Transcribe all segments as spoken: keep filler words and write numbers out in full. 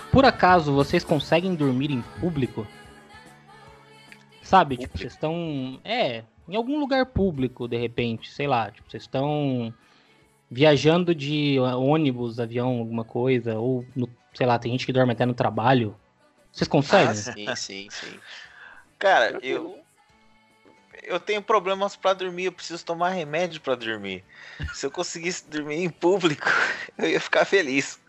Por acaso, vocês conseguem dormir em público? Sabe, Público? tipo, vocês estão... É, em algum lugar público, de repente, sei lá. Tipo, vocês estão viajando de ônibus, avião, alguma coisa. Ou, no, sei lá, tem gente que dorme até no trabalho. Vocês Ah, conseguem? sim, sim, sim. Cara, Tranquilo. eu... Eu tenho problemas pra dormir, eu preciso tomar remédio pra dormir. Se eu conseguisse dormir em público, eu ia ficar feliz.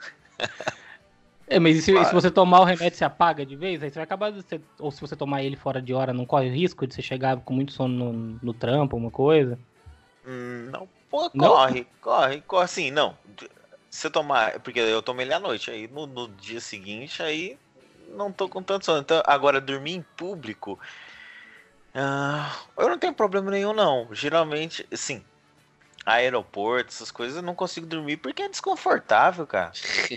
É, mas e se, e se Claro. você tomar o remédio, você apaga de vez? Aí você vai acabar... de Você, ou se você tomar ele fora de hora, não corre o risco de você chegar com muito sono no, no trampo, alguma coisa? Hum, não, pô, Não? corre, corre, corre. Assim, não. Se eu tomar... Porque eu tomei ele à noite, aí no, no dia seguinte, aí não tô com tanto sono. Então, agora, dormir em público... Ah, eu não tenho problema nenhum, não. Geralmente, assim, aeroporto, essas coisas, eu não consigo dormir porque é desconfortável, cara.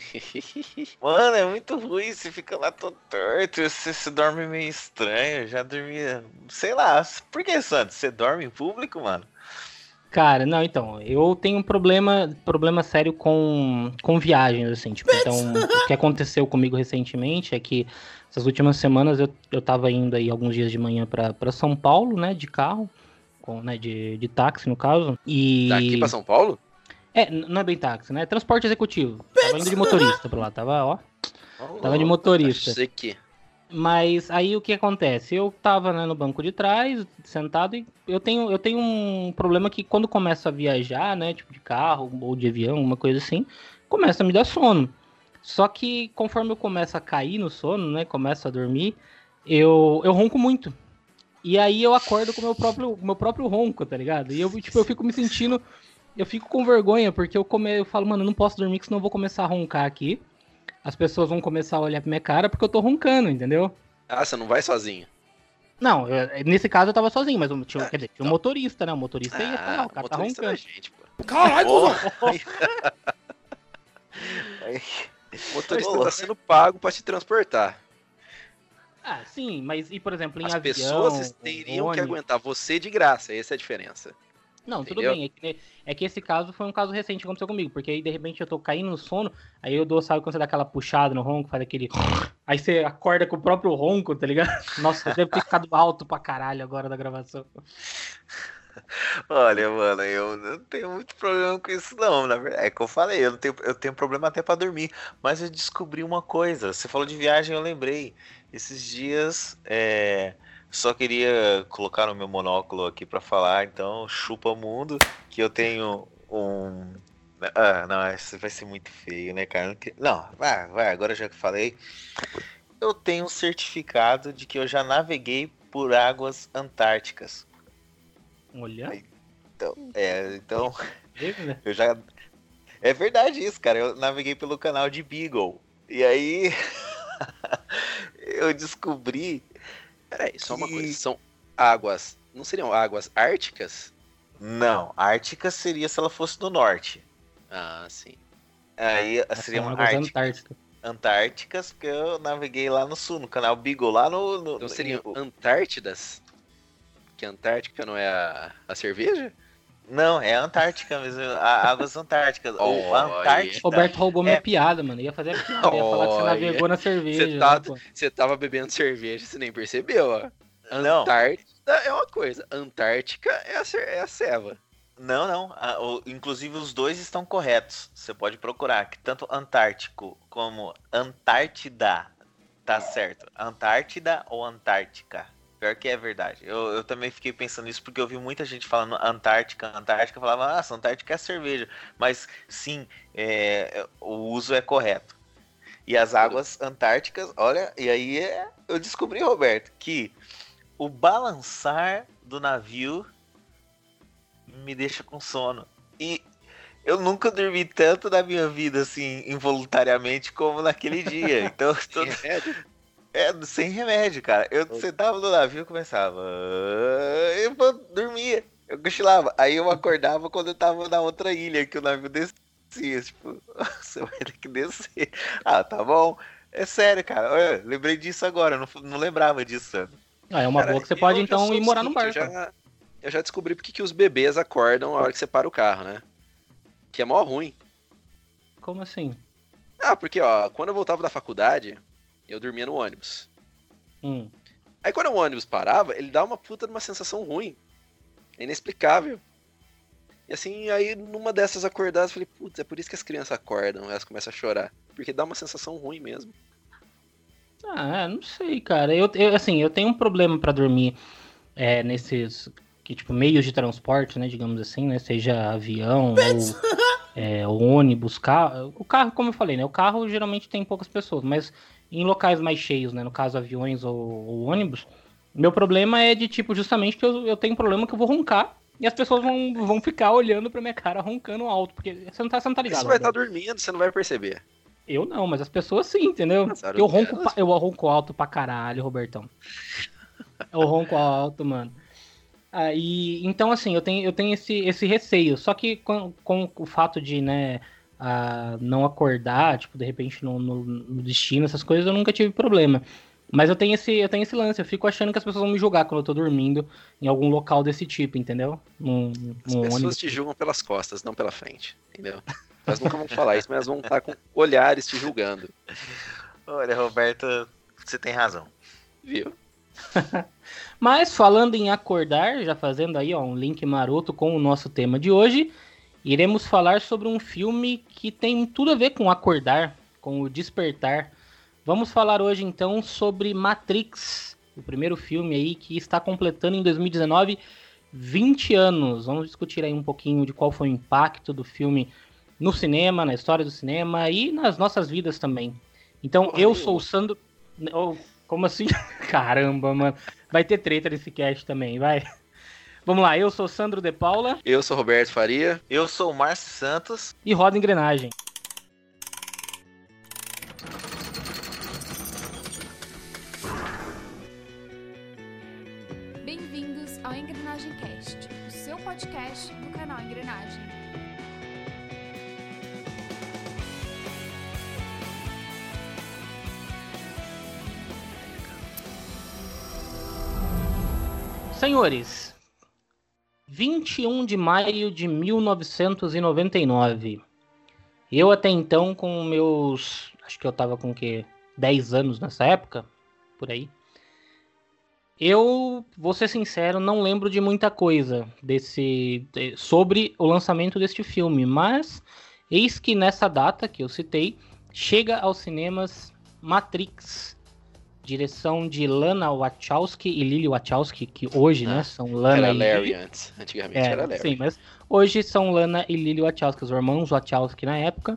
Mano, é muito ruim, você fica lá todo torto, você, você dorme meio estranho, eu já dormia, sei lá. Por que, Santos? Você dorme em público, mano? Cara, não, então, eu tenho um problema, problema sério com, com viagens, assim, tipo, então, o que aconteceu comigo recentemente é que essas últimas semanas eu, eu tava indo aí alguns dias de manhã pra, pra São Paulo, né, de carro, com, né, de, de táxi, no caso, e... Daqui pra São Paulo? É, n- não é bem táxi, né, transporte executivo, tava indo de motorista pra lá, tava, ó, tava de motorista. Achei que... Mas aí o que acontece? Eu tava, né, no banco de trás, sentado, e eu tenho, eu tenho um problema que quando começo a viajar, né, tipo de carro ou de avião, uma coisa assim, começa a me dar sono. Só que conforme eu começo a cair no sono, né, começo a dormir, eu, eu ronco muito. E aí eu acordo com o meu próprio, meu próprio ronco, tá ligado? E eu, tipo, eu fico me sentindo, eu fico com vergonha, porque eu, come, eu falo, mano, eu não posso dormir, que senão eu vou começar a roncar aqui. As pessoas vão começar a olhar pra minha cara porque eu tô roncando, entendeu? Ah, você não vai sozinho? Não, eu- nesse caso eu tava sozinho, mas eu tinha, Ah, quer dizer, tinha um então. motorista, né? O motorista ia falar, Ah, o cara tá motorista da roncando. gente, pô. Caralho, Ô, cuzão. O motorista Ô, tá sendo pago pra te transportar. Ah, sim, mas e por exemplo, em As avião, pessoas teriam que ônibus... aguentar você de graça, essa é a diferença. Não, tudo Entendeu? bem, é que, ne- é que esse caso foi um caso recente que aconteceu comigo, porque aí de repente eu tô caindo no sono, aí eu dou, sabe quando você dá aquela puxada no ronco, faz aquele... Aí você acorda com o próprio ronco, tá ligado? Nossa, eu devo ter ficado alto pra caralho agora da gravação. olha, mano, eu não tenho muito problema com isso, não. Na verdade, é que eu falei, eu, não tenho, eu tenho problema até pra dormir. Mas eu descobri uma coisa. Você falou de viagem, eu lembrei. Esses dias, é, só queria colocar no meu monóculo aqui pra falar, então, chupa mundo, que eu tenho um. Ah, não, isso vai ser muito feio, né, cara? Não que- Não, vai, vai, agora já que falei. Eu tenho um certificado de que eu já naveguei por águas antárticas. Olha, Aí. Então, é, então, teve, né? eu já. É verdade isso, cara. Eu naveguei pelo canal de Beagle. E aí. eu descobri. Peraí, só uma Que- coisa. São águas. Não seriam águas árticas? Não, Ártica seria se ela fosse do norte. Ah, sim. Aí São seriam águas Árticas. antárticas. Antárticas, porque eu naveguei lá no sul, no canal Beagle, lá no. no Então seriam no- Antártidas? Que Antártica não é a, a cerveja? Não, é Antártica mesmo. a- Águas Antárticas. Ou Olha. Antártida. Roberto roubou minha É. piada, mano. Ia fazer a piada, ia falar que você Olha. navegou na cerveja. Você tá, né, pô? você tava bebendo cerveja, você nem percebeu, ó. Não. Antártida é uma coisa, Antártica é a, cer- é a ceva. Não, não. A- o- inclusive os dois estão corretos. Você pode procurar que tanto Antártico como Antártida tá certo. Antártida ou Antártica? Pior que é verdade. Eu, eu também fiquei pensando nisso porque eu vi muita gente falando Antártica, Antártica. Eu falava, nossa, Antártica é cerveja. Mas sim, é, o uso é correto. E as águas antárticas, olha, e aí é, eu descobri, Roberto, que o balançar do navio me deixa com sono. E eu nunca dormi tanto na minha vida, assim, involuntariamente, como naquele dia. Então, eu tô, Remédio? é, sem remédio, cara. Eu sentava no navio e começava. "Ah", eu pô, dormia, eu cochilava. Aí eu acordava quando eu tava na outra ilha, que o navio descia. Tipo, você vai ter que descer. Ah, tá bom. É sério, cara. Olha, lembrei disso agora, não, não lembrava disso, sabe? Ah, é uma Cara, boa que você eu pode já então sou ir o morar no seguinte, barco. Eu já, eu já descobri porque que os bebês acordam a hora que você para o carro, né? Que é mó ruim. Como assim? Ah, porque, ó, quando eu voltava da faculdade, eu dormia no ônibus. Hum. Aí quando o ônibus parava, ele dá uma puta de uma sensação ruim. É inexplicável. E assim, aí numa dessas acordadas, eu falei, putz, é por isso que as crianças acordam, elas começam a chorar. Porque dá uma sensação ruim mesmo. Ah, não sei, cara. Eu, eu assim, eu tenho um problema pra dormir é, nesses que, tipo, meios de transporte, né, digamos assim, né, seja avião ou é, ônibus, carro. O carro, como eu falei, né, o carro geralmente tem poucas pessoas, mas em locais mais cheios, né, no caso aviões ou, ou ônibus, meu problema é de, tipo, justamente que eu, eu tenho um problema que eu vou roncar e as pessoas vão, vão ficar olhando pra minha cara roncando alto, porque você não tá, você não tá Porque ligado, você vai estar Roberto. dormindo, você não vai perceber. Eu não, mas as pessoas sim, entendeu? Azar Eu o ronco, delas, pa- eu ronco alto pra caralho, Robertão. Eu ronco alto, mano. Aí, então, assim, eu tenho, eu tenho esse, esse receio. Só que com, com o fato de, né, ah, não acordar, tipo, de repente no, no, no destino, essas coisas, eu nunca tive problema. Mas eu tenho esse, eu tenho esse lance, eu fico achando que as pessoas vão me julgar quando eu tô dormindo em algum local desse tipo, entendeu? Num, As num pessoas ônibus. te julgam pelas costas, não pela frente, entendeu? Elas nunca vão falar isso, mas elas vão estar com olhares te julgando, Olha, Roberto, você tem razão. viu? Mas falando em acordar, já fazendo aí ó, um link maroto com o nosso tema de hoje, iremos falar sobre um filme que tem tudo a ver com acordar, com o despertar. Vamos falar hoje então sobre Matrix, o primeiro filme aí que está completando em dois mil e dezenove vinte anos. Vamos discutir aí um pouquinho de qual foi o impacto do filme no cinema, na história do cinema e nas nossas vidas também. Então, Porra eu sou o nenhuma. Sandro... Oh, como assim? Caramba, mano. Vai ter treta nesse cast também, vai. Vamos lá, eu sou Sandro De Paula Eu sou Roberto Faria. Eu sou o Márcio Santos. e roda engrenagem. Bem-vindos ao Engrenagem Cast, o seu podcast do canal Engrenagem. Senhores, vinte e um de maio de mil novecentos e noventa e nove. Eu até então com meus... Acho que eu tava com o quê? dez anos nessa época? Por aí. Eu, vou ser sincero, não lembro de muita coisa desse de- sobre o lançamento deste filme, mas eis que nessa data que eu citei, chega aos cinemas Matrix, direção de Lana Wachowski e Lily Wachowski, que hoje, né, Ah, são Lana Era e Larry Lily. antes. Antigamente É, era Larry. sim, mas hoje são Lana e Lily Wachowski, os irmãos Wachowski na época.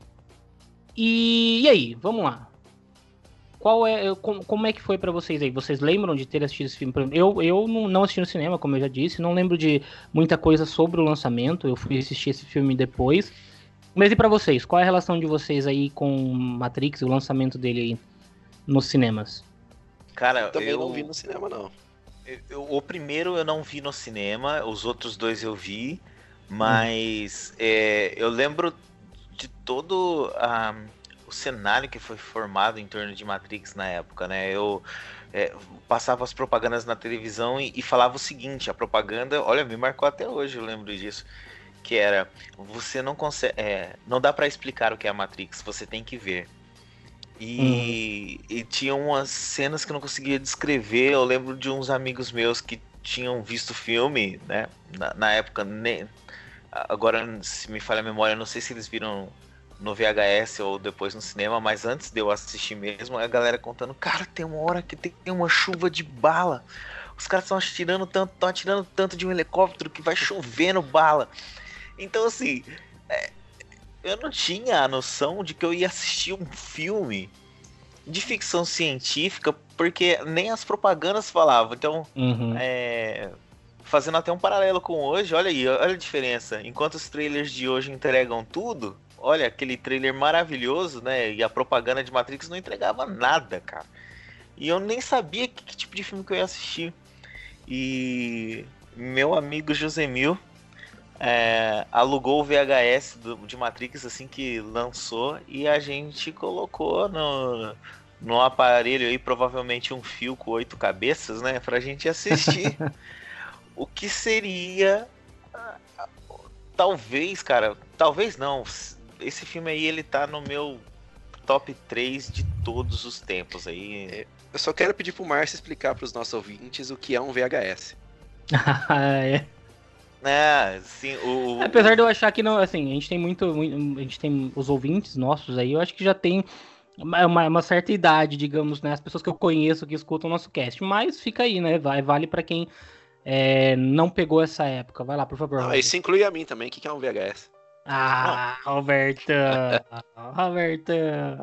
E, e aí, vamos lá. Qual é, como, como é que foi pra vocês aí? Vocês lembram de ter assistido esse filme? Por exemplo, Eu, eu não, não assisti no cinema, como eu já disse, não lembro de muita coisa sobre o lançamento. Eu fui assistir esse filme depois. Mas e pra vocês? Qual é a relação de vocês aí com Matrix e o lançamento dele aí nos cinemas? Cara, Eu também eu, não vi no cinema, não. eu- o primeiro eu não vi no cinema, os outros dois eu vi, mas é, eu lembro de todo ah, o cenário que foi formado em torno de Matrix na época, né? Eu é, passava as propagandas na televisão e, e falava o seguinte, a propaganda, olha, me marcou até hoje, eu lembro disso, que era, você não consegue, é, não dá pra explicar o que é a Matrix, você tem que ver. E, e tinha umas cenas que eu não conseguia descrever. Eu lembro de uns amigos meus que tinham visto o filme, né? Na, na época, nem, agora se me falha a memória, eu não sei se eles viram no V H S ou depois no cinema, mas antes de eu assistir mesmo, a galera contando, cara, tem uma hora que tem uma chuva de bala. Os caras estão atirando tanto, estão atirando tanto de um helicóptero que vai chovendo bala. Então, assim, é, eu não tinha a noção de que eu ia assistir um filme de ficção científica, porque nem as propagandas falavam. Então, Uhum. é, fazendo até um paralelo com hoje, olha aí, olha a diferença. Enquanto os trailers de hoje entregam tudo, olha, aquele trailer maravilhoso, né? E a propaganda de Matrix não entregava nada, cara. E eu nem sabia que, que tipo de filme que eu ia assistir. E meu amigo Josemil é, alugou o V H S do, de Matrix assim que lançou e a gente colocou no, no aparelho aí provavelmente um fio com oito cabeças, né, pra gente assistir. O que seria talvez, cara, talvez não. Esse filme aí ele tá no meu top três de todos os tempos aí. É, eu só quero pedir pro Márcio explicar pros nossos ouvintes o que é um V H S. é. É, sim, o... Apesar de eu achar que não, assim, a gente tem muito, muito- a gente tem os ouvintes nossos aí, eu acho que já tem uma, uma- uma certa idade, digamos, né? As pessoas que eu conheço que escutam o nosso cast, mas fica aí, né? Vai, vale pra quem é, não pegou essa época. Vai lá, por favor. Não, Roberto. isso inclui a mim também. O que que é um V H S? Ah, Roberto! Roberto!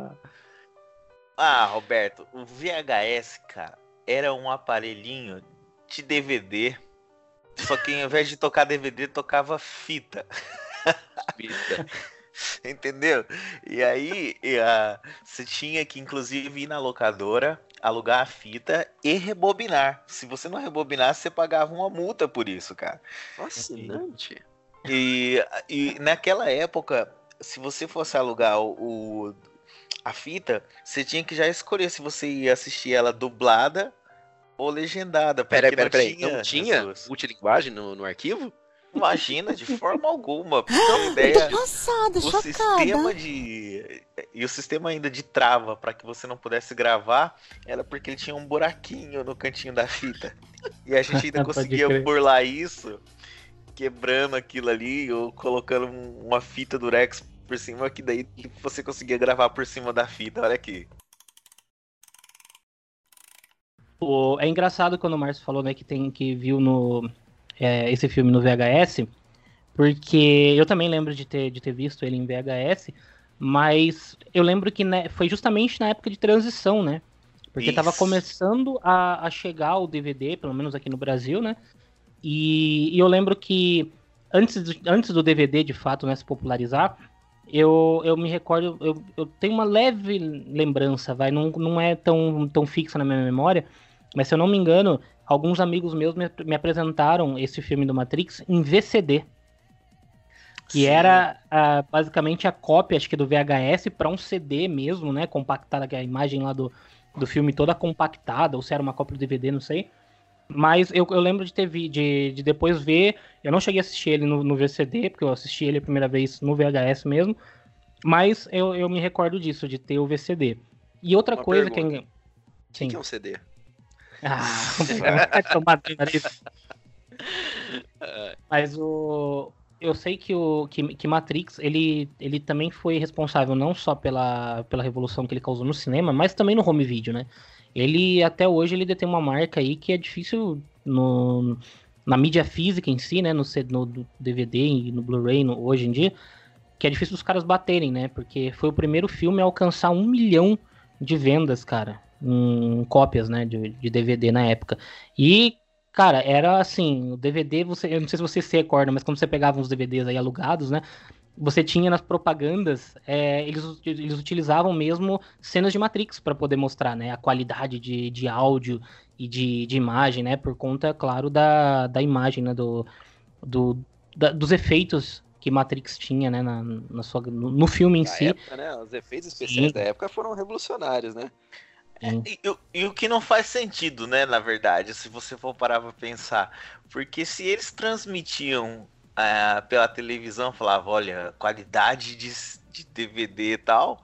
Ah, Roberto, o V H S, cara, era um aparelhinho de D V D, só que ao invés de tocar D V D, tocava fita. Vida. Entendeu? E aí, e, ah, você tinha que, inclusive, ir na locadora, alugar a fita e rebobinar. Se você não rebobinasse, você pagava uma multa por isso, cara. Fascinante. E, e naquela época, se você fosse alugar o, o- a fita, você tinha que já escolher se você ia assistir ela dublada ou legendada. Peraí, porque peraí, peraí. tinha Não as tinha duas. multilinguagem no, no arquivo? Imagina, de forma alguma. Pra você ter uma Eu ideia, tô passada, o chocada. sistema de. E o sistema ainda de trava para que você não pudesse gravar era porque ele tinha um buraquinho no cantinho da fita. E a gente ainda Pode conseguia crer. burlar isso, quebrando aquilo ali, ou colocando um- uma fita durex por cima, que daí você conseguia gravar por cima da fita. Olha aqui. O- é engraçado quando o Márcio falou, né, que tem que viu no é, esse filme no V H S, porque eu também lembro de ter, de ter visto ele em V H S, mas eu lembro que né, foi justamente na época de transição, né? Porque tava Isso. começando a, a chegar o D V D, pelo menos aqui no Brasil, né? E, e eu lembro que antes, do- antes do D V D de fato, né, se popularizar, eu, eu me recordo, eu, eu tenho uma leve lembrança, vai, não, não é tão, tão fixa na minha memória, mas se eu não me engano, alguns amigos meus me, me apresentaram esse filme do Matrix em V C D, que Sim. era ah, basicamente a cópia, acho que do V H S para um C D mesmo, né, compactada, que é a imagem lá do, do filme toda compactada, ou se era uma cópia do D V D, não sei. Mas eu, eu lembro de ter vi, de, de depois ver. Eu não cheguei a assistir ele no, no V C D, porque eu assisti ele a primeira vez no V H S mesmo. Mas eu, eu me recordo disso, de ter o V C D. E outra Uma coisa pergunta. que. O que Sim. que é um C D? Ah, vai tomar no nariz. Mas o. Eu sei que o que, que Matrix, ele, ele também foi responsável não só pela, pela revolução que ele causou no cinema, mas também no home video, né? Ele, até hoje, ele detém uma marca aí que é difícil no, na mídia física em si, né? No, C- no D V D e no Blu-ray no- hoje em dia, que é difícil os caras baterem, né? Porque foi o primeiro filme a alcançar um milhão de vendas, cara, em cópias, né? De, de D V D na época. E, cara, era assim, o D V D, você, eu não sei se você se recorda, mas quando você pegava uns D V Ds aí alugados, né? Você tinha nas propagandas, é, eles, uti- eles utilizavam mesmo cenas de Matrix para poder mostrar, né, a qualidade de, de áudio e de, de imagem, né, por conta, claro, da, da imagem, né, do, do, da- dos efeitos que Matrix tinha, né, na, na sua, no, no filme em Na si. época, né? Os efeitos especiais Sim. da época foram revolucionários, né? Sim. E, o- e o que não faz sentido, né, na verdade, se você for parar pra pensar. Porque se eles transmitiam ah, pela televisão, falavam, olha, qualidade de, de D V D e tal,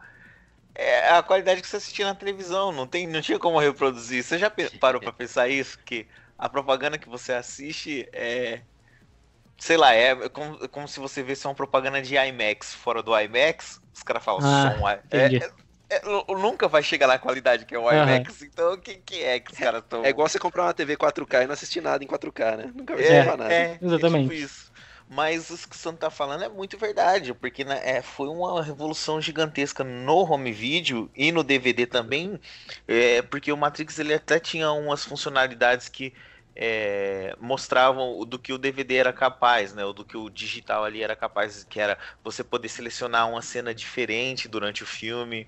é a qualidade que você assistia na televisão, não, tem, não tinha como reproduzir. Você já pe- parou pra pensar isso? Que a propaganda que você assiste é, sei lá, é como, é como se você visse uma propaganda de IMAX fora do IMAX, os caras falam, Ah, som, é, entendi. é- é- nu- nunca vai chegar na qualidade que é o Aham. IMAX, então o que, que é que os caras estão... É igual você comprar uma T V quatro K e não assistir nada em quatro K, né? Nunca vai É, servir pra nada. é, Exatamente. é tipo isso. Mas isso que o Santo tá falando é muito verdade, porque né, é, foi uma revolução gigantesca no home video e no D V D também, é, porque o Matrix ele até tinha umas funcionalidades que é, mostravam o- do que o D V D era capaz, né, ou do que o digital ali era capaz, que era você poder selecionar uma cena diferente durante o filme.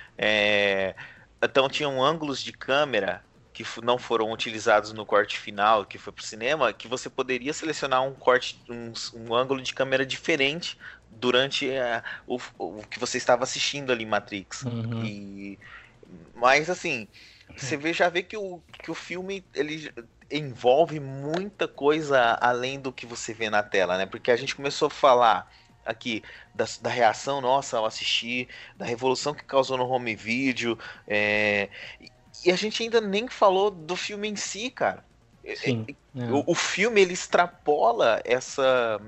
É, então tinham ângulos de câmera que f- não foram utilizados no corte final, que foi pro cinema, que você poderia selecionar um corte, um, s- um ângulo de câmera diferente durante eh, o, o que você estava assistindo ali em Matrix. Uhum. E, mas assim, você vê, já vê que o, que o filme ele envolve muita coisa além do que você vê na tela, né? Porque a gente começou a falar aqui da, da reação nossa ao assistir, da revolução que causou no home video, é, e a gente ainda nem falou do filme em si, cara. Sim. É. O, o filme, ele extrapola essa...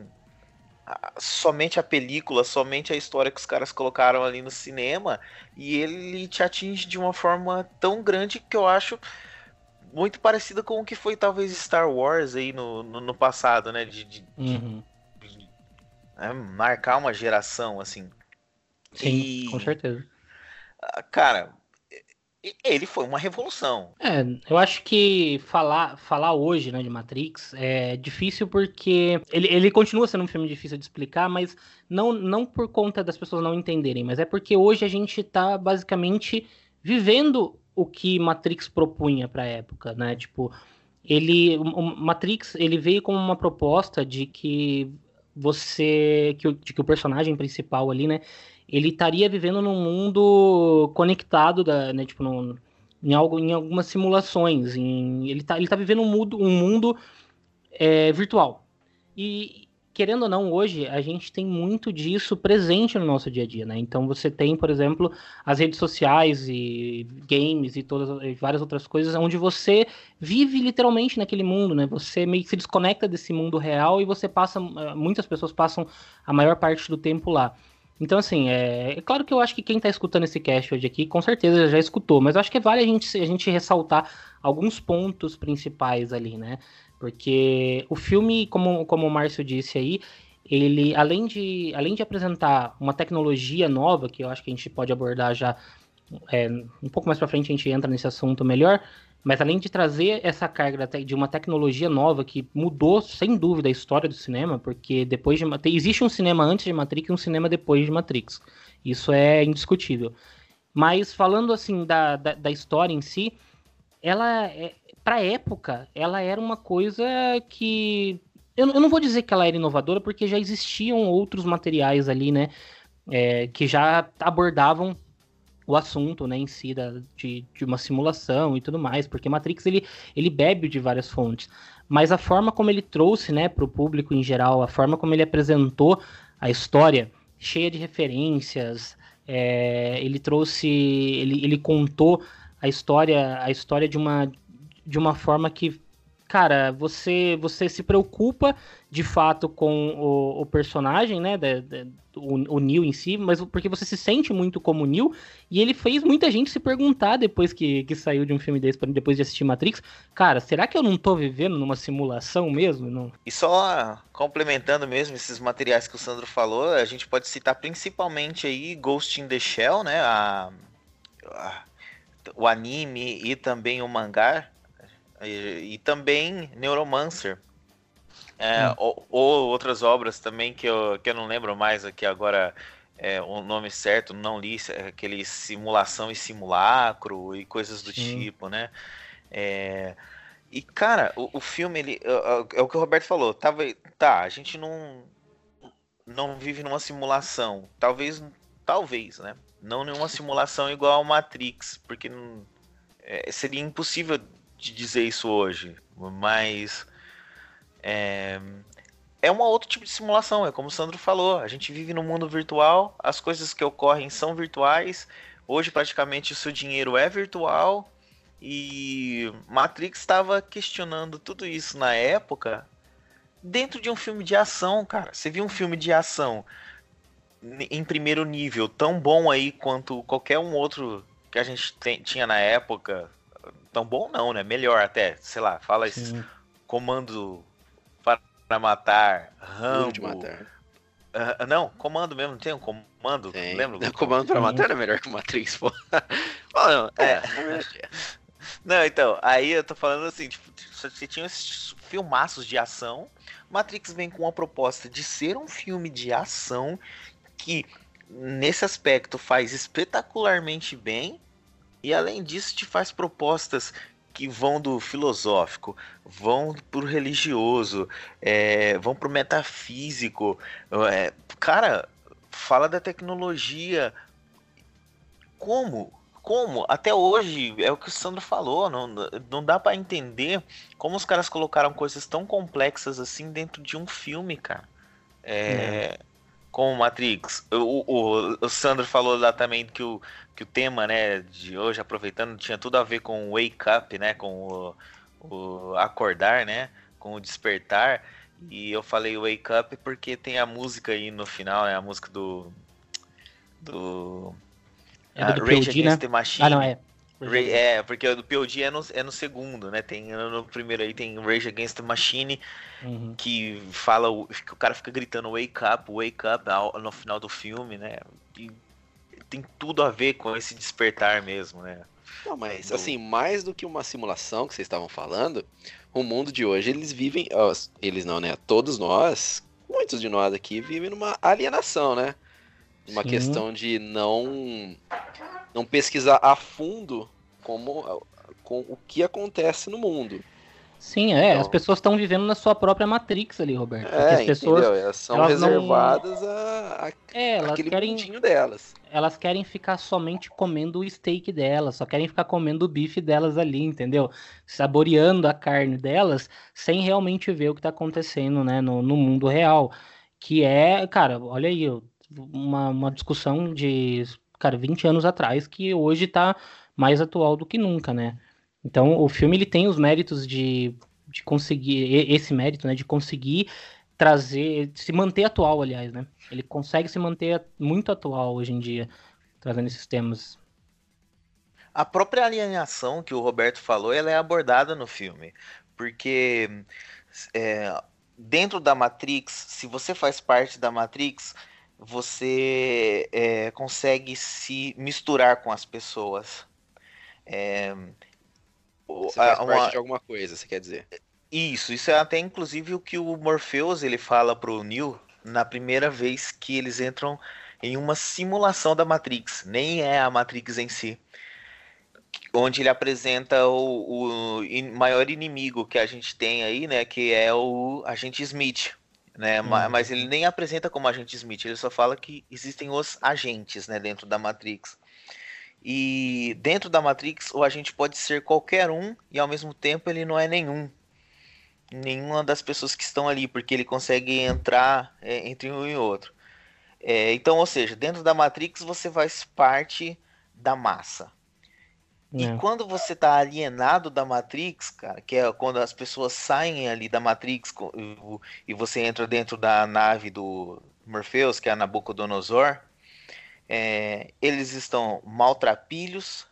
a- somente a película, somente a história que os caras colocaram ali no cinema, e ele te atinge de uma forma tão grande que eu acho muito parecida com o que foi talvez Star Wars aí no, no, no passado, né? De, de- Uhum. de, é, marcar uma geração, assim. Sim, E, com certeza. ah, cara, e- ele foi uma revolução. É, eu acho que falar, falar hoje, né, de Matrix é difícil porque ele, ele continua sendo um filme difícil de explicar, mas não, não por conta das pessoas não entenderem, mas é porque hoje a gente tá basicamente vivendo o que Matrix propunha pra época, né? Tipo, ele, o o Matrix, ele veio com uma proposta de que você, que o, de que o personagem principal ali, né, ele estaria vivendo num mundo conectado, da, né, tipo, num, em algo, em algumas simulações, em, ele tá, ele tá vivendo um mundo, um mundo é, virtual. E, querendo ou não, hoje a gente tem muito disso presente no nosso dia a dia, né? Então você tem, por exemplo, as redes sociais e games e todas e várias outras coisas onde você vive literalmente naquele mundo, né? Você meio que se desconecta desse mundo real e você passa, muitas pessoas passam a maior parte do tempo lá. Então, assim, é, é claro que eu acho que quem tá escutando esse cast hoje aqui, com certeza já escutou, mas eu acho que vale a gente, a gente ressaltar alguns pontos principais ali, né? Porque o filme, como, como o Márcio disse aí, ele, além de, além de apresentar uma tecnologia nova, que eu acho que a gente pode abordar já é, um pouco mais pra frente, a gente entra nesse assunto melhor, mas além de trazer essa carga de uma tecnologia nova que mudou, sem dúvida, a história do cinema, porque depois de existe um cinema antes de Matrix e um cinema depois de Matrix. Isso é indiscutível. Mas falando assim da, da, da história em si, ela, é, pra época, ela era uma coisa que... Eu, eu não vou dizer que ela era inovadora, porque já existiam outros materiais ali, né, é, que já abordavam o assunto, né, em si, da, de, de uma simulação e tudo mais, porque Matrix, ele, ele bebe de várias fontes, mas a forma como ele trouxe, né, para o público em geral, a forma como ele apresentou a história, cheia de referências, é, ele trouxe, ele, ele contou a história, a história de uma, de uma forma que, cara, você, você se preocupa de fato com o, o personagem, né, da, da, o, o Neo em si, mas porque você se sente muito como o Neo, e ele fez muita gente se perguntar depois que, que saiu de um filme desse, depois de assistir Matrix, cara, será que eu não tô vivendo numa simulação mesmo? Não? E só complementando mesmo esses materiais que o Sandro falou, a gente pode citar principalmente aí Ghost in the Shell, né, a, a, o anime e também o mangá, e, e também Neuromancer. É, Hum. ou, ou outras obras também que eu, que eu não lembro mais aqui agora é, o nome certo, não li, aquele Simulação e Simulacro e coisas do Sim. tipo, né? É, e cara, o, o filme, ele, é, é o que o Roberto falou, tava, tá, a gente não, não vive numa simulação, talvez, talvez, né? Não nenhuma simulação igual ao Matrix, porque não, é, seria impossível de dizer isso hoje, mas... É, é um outro tipo de simulação, é como o Sandro falou, a gente vive no mundo virtual, as coisas que ocorrem são virtuais, hoje praticamente o seu dinheiro é virtual, e Matrix estava questionando tudo isso na época, dentro de um filme de ação, cara. Você viu um filme de ação em primeiro nível, tão bom aí quanto qualquer um outro que a gente tem, tinha na época, tão bom não, né? Melhor até, sei lá, fala esses Sim. Comando para Matar, Duro de Rambo. matar. Uh, não, comando mesmo, não tem um comando? Tem. Lembra? Não, comando pra Sim. matar era melhor que o Matrix, pô. Bom, não, é, É. na verdade é. Não, então, aí eu tô falando assim, tipo, você tinha esses filmaços de ação, Matrix vem com uma proposta de ser um filme de ação que, nesse aspecto, faz espetacularmente bem, e além disso te faz propostas que vão do filosófico, vão pro religioso, é, vão pro metafísico, é, cara, fala da tecnologia, como? Como? Até hoje, é o que o Sandro falou, não, não dá pra entender como os caras colocaram coisas tão complexas assim dentro de um filme, cara. É, com o Matrix. O, o, o Sandro falou lá também que o, que o tema, né, de hoje, aproveitando, tinha tudo a ver com o wake up, né, com o, o acordar, né, com o despertar. E eu falei wake up porque tem a música aí no final, né, a música do do, É do, uh, do Rage P O D, Against né? the Machine. Ah, não, é. É, porque o do P O D é no, é no segundo, né? Tem no primeiro aí tem Rage Against the Machine, Uhum. que fala que o cara fica gritando wake up, wake up no final do filme, né? E tem tudo a ver com esse despertar mesmo, né? Não, mas Do- assim, mais do que uma simulação que vocês estavam falando, o mundo de hoje eles vivem, ó, eles não, né? Todos nós, muitos de nós aqui vivem numa alienação, né? Uma Sim. questão de não não pesquisar a fundo como com o que acontece no mundo. Sim, é. Então- As pessoas estão vivendo na sua própria Matrix ali, Roberto. Porque É, as pessoas, entendeu? Elas são elas não- reservadas a, a é, elas aquele querem, mundinho delas. elas querem ficar somente comendo o steak delas, só querem ficar comendo o bife delas ali, entendeu? Saboreando a carne delas, sem realmente ver o que tá acontecendo, né, no, no mundo real. Que é, cara, olha aí, eu- uma, uma discussão de, cara, vinte anos atrás, que hoje tá mais atual do que nunca, né? Então, o filme ele tem os méritos de, de conseguir, e- esse mérito, né, de conseguir trazer, se manter atual, aliás, né? Ele consegue se manter muito atual hoje em dia, trazendo esses temas. A própria alienação que o Roberto falou, ela é abordada no filme, porque é, dentro da Matrix, se você faz parte da Matrix, você é, consegue se misturar com as pessoas. É, o- Você faz a- parte uma- de alguma coisa, você quer dizer. Isso, isso é até inclusive o que o Morpheus ele fala pro Neo na primeira vez que eles entram em uma simulação da Matrix, nem é a Matrix em si, onde ele apresenta o, o in- maior inimigo que a gente tem aí, né, que é o Agente Smith, né, ma- Uhum. mas ele nem apresenta como Agente Smith, ele só fala que existem os agentes, né, dentro da Matrix. E dentro da Matrix o agente pode ser qualquer um e ao mesmo tempo ele não é nenhum. Nenhuma das pessoas que estão ali, porque ele consegue entrar é, entre um e outro. É, então, ou seja, dentro da Matrix você faz parte da massa. E É. quando você está alienado da Matrix, cara, que é quando as pessoas saem ali da Matrix co- e o- e você entra dentro da nave do Morpheus, que é a Nabucodonosor, é, eles estão maltrapilhos,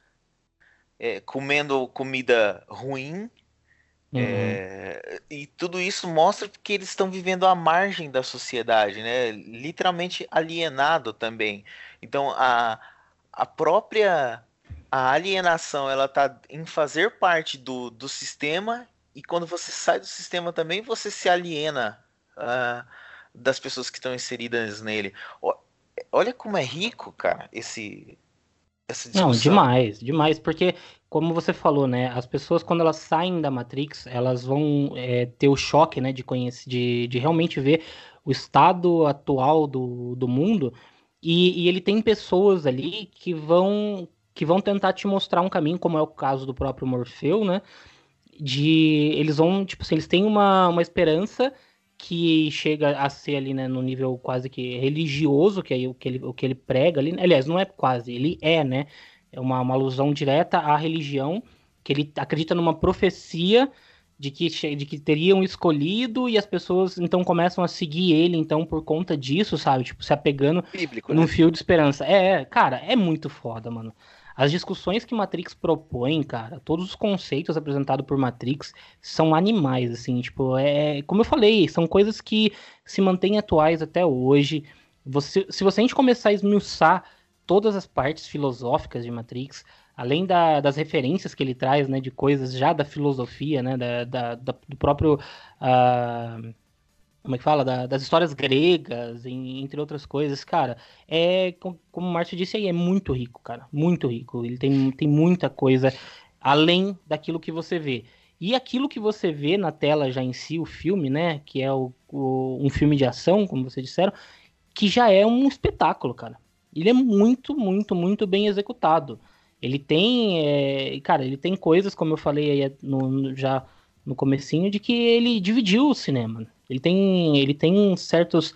é, comendo comida ruim, Uhum. é, e tudo isso mostra que eles estão vivendo à margem da sociedade, né? Literalmente alienado também. Então a, a própria a alienação ela tá em fazer parte do, do sistema e quando você sai do sistema também você se aliena ah, das pessoas que estão inseridas nele. Ó, olha como é rico, cara, esse essa Não, discussão. demais, demais, porque, como você falou, né, as pessoas quando elas saem da Matrix, elas vão é, ter o choque, né, de conhecer, de, de realmente ver o estado atual do, do mundo, e, e ele tem pessoas ali que vão, que vão tentar te mostrar um caminho, como é o caso do próprio Morfeu, né, de, eles vão, tipo assim, eles têm uma, uma esperança que chega a ser ali, né, no nível quase que religioso, que é o que ele, o que ele prega ali. Aliás, não é quase, ele é, né? É uma, uma alusão direta à religião, que ele acredita numa profecia de que, che- de que teriam escolhido e as pessoas então começam a seguir ele, então, por conta disso, sabe? Tipo, se apegando Bíblico, num né? fio de esperança. É, é, cara, é muito foda, mano. As discussões que Matrix propõe, cara, todos os conceitos apresentados por Matrix são animais, assim, tipo, é, como eu falei, são coisas que se mantêm atuais até hoje. Você, se você a gente começar a esmiuçar todas as partes filosóficas de Matrix, além da- das referências que ele traz, né, de coisas já da filosofia, né, da, da- da- do próprio, ah, como é que fala, Da- das histórias gregas, em- entre outras coisas, cara, é, com- como o Márcio disse aí, é muito rico, cara, muito rico. Ele tem, tem muita coisa além daquilo que você vê. E aquilo que você vê na tela já em si, o filme, né, que é o, o- um filme de ação, como vocês disseram, que já é um espetáculo, cara. Ele é muito, muito, muito bem executado. Ele tem, é, cara, ele tem coisas, como eu falei aí no, no- já no comecinho, de que ele dividiu o cinema. Ele tem, ele tem certos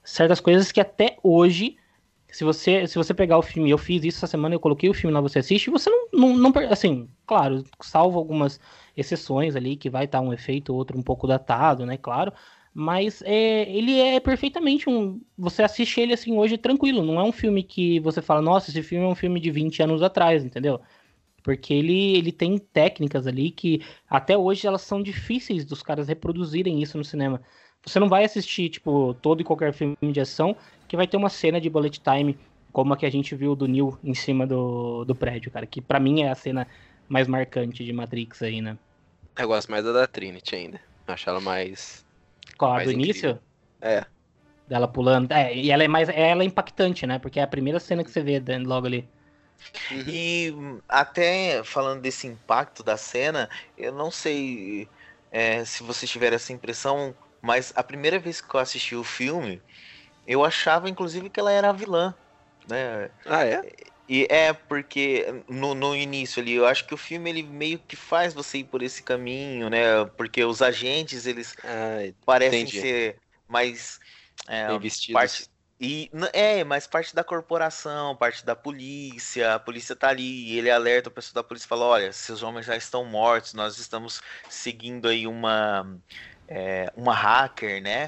certas coisas que até hoje, se você, se você pegar o filme, eu fiz isso essa semana, eu coloquei o filme lá, você assiste, você não, não, não per- assim, claro, salvo algumas exceções ali, que vai estar um efeito ou outro um pouco datado, né, claro, mas é, ele é perfeitamente um, você assiste ele assim hoje tranquilo, não é um filme que você fala, nossa, esse filme é um filme de vinte anos atrás, entendeu? Porque ele, ele tem técnicas ali que até hoje elas são difíceis dos caras reproduzirem isso no cinema. Você não vai assistir, tipo, todo e qualquer filme de ação que vai ter uma cena de bullet time como a que a gente viu do Neo em cima do, do prédio, cara. Que pra mim é a cena mais marcante de Matrix aí, né? Eu gosto mais da da Trinity ainda. Acho ela mais, Com a do mais incrível. início, É. dela pulando. É, e ela é mais. Ela é impactante, né? Porque é a primeira cena que você vê dan- logo ali. Uhum. E hum, até falando desse impacto da cena, eu não sei é, se vocês tiveram essa impressão, mas a primeira vez que eu assisti o filme, eu achava inclusive que ela era a vilã, né? Ah, é? E é porque no, no início ali, eu acho que o filme ele meio que faz você ir por esse caminho, né? Porque os agentes eles Ah, parecem entendi. ser mais é, Bem parte vestidos. e n- é mais parte da corporação, parte da polícia. A polícia tá ali e ele alerta o pessoal da polícia e fala: olha, seus homens já estão mortos. Nós estamos seguindo aí uma é, uma hacker, né?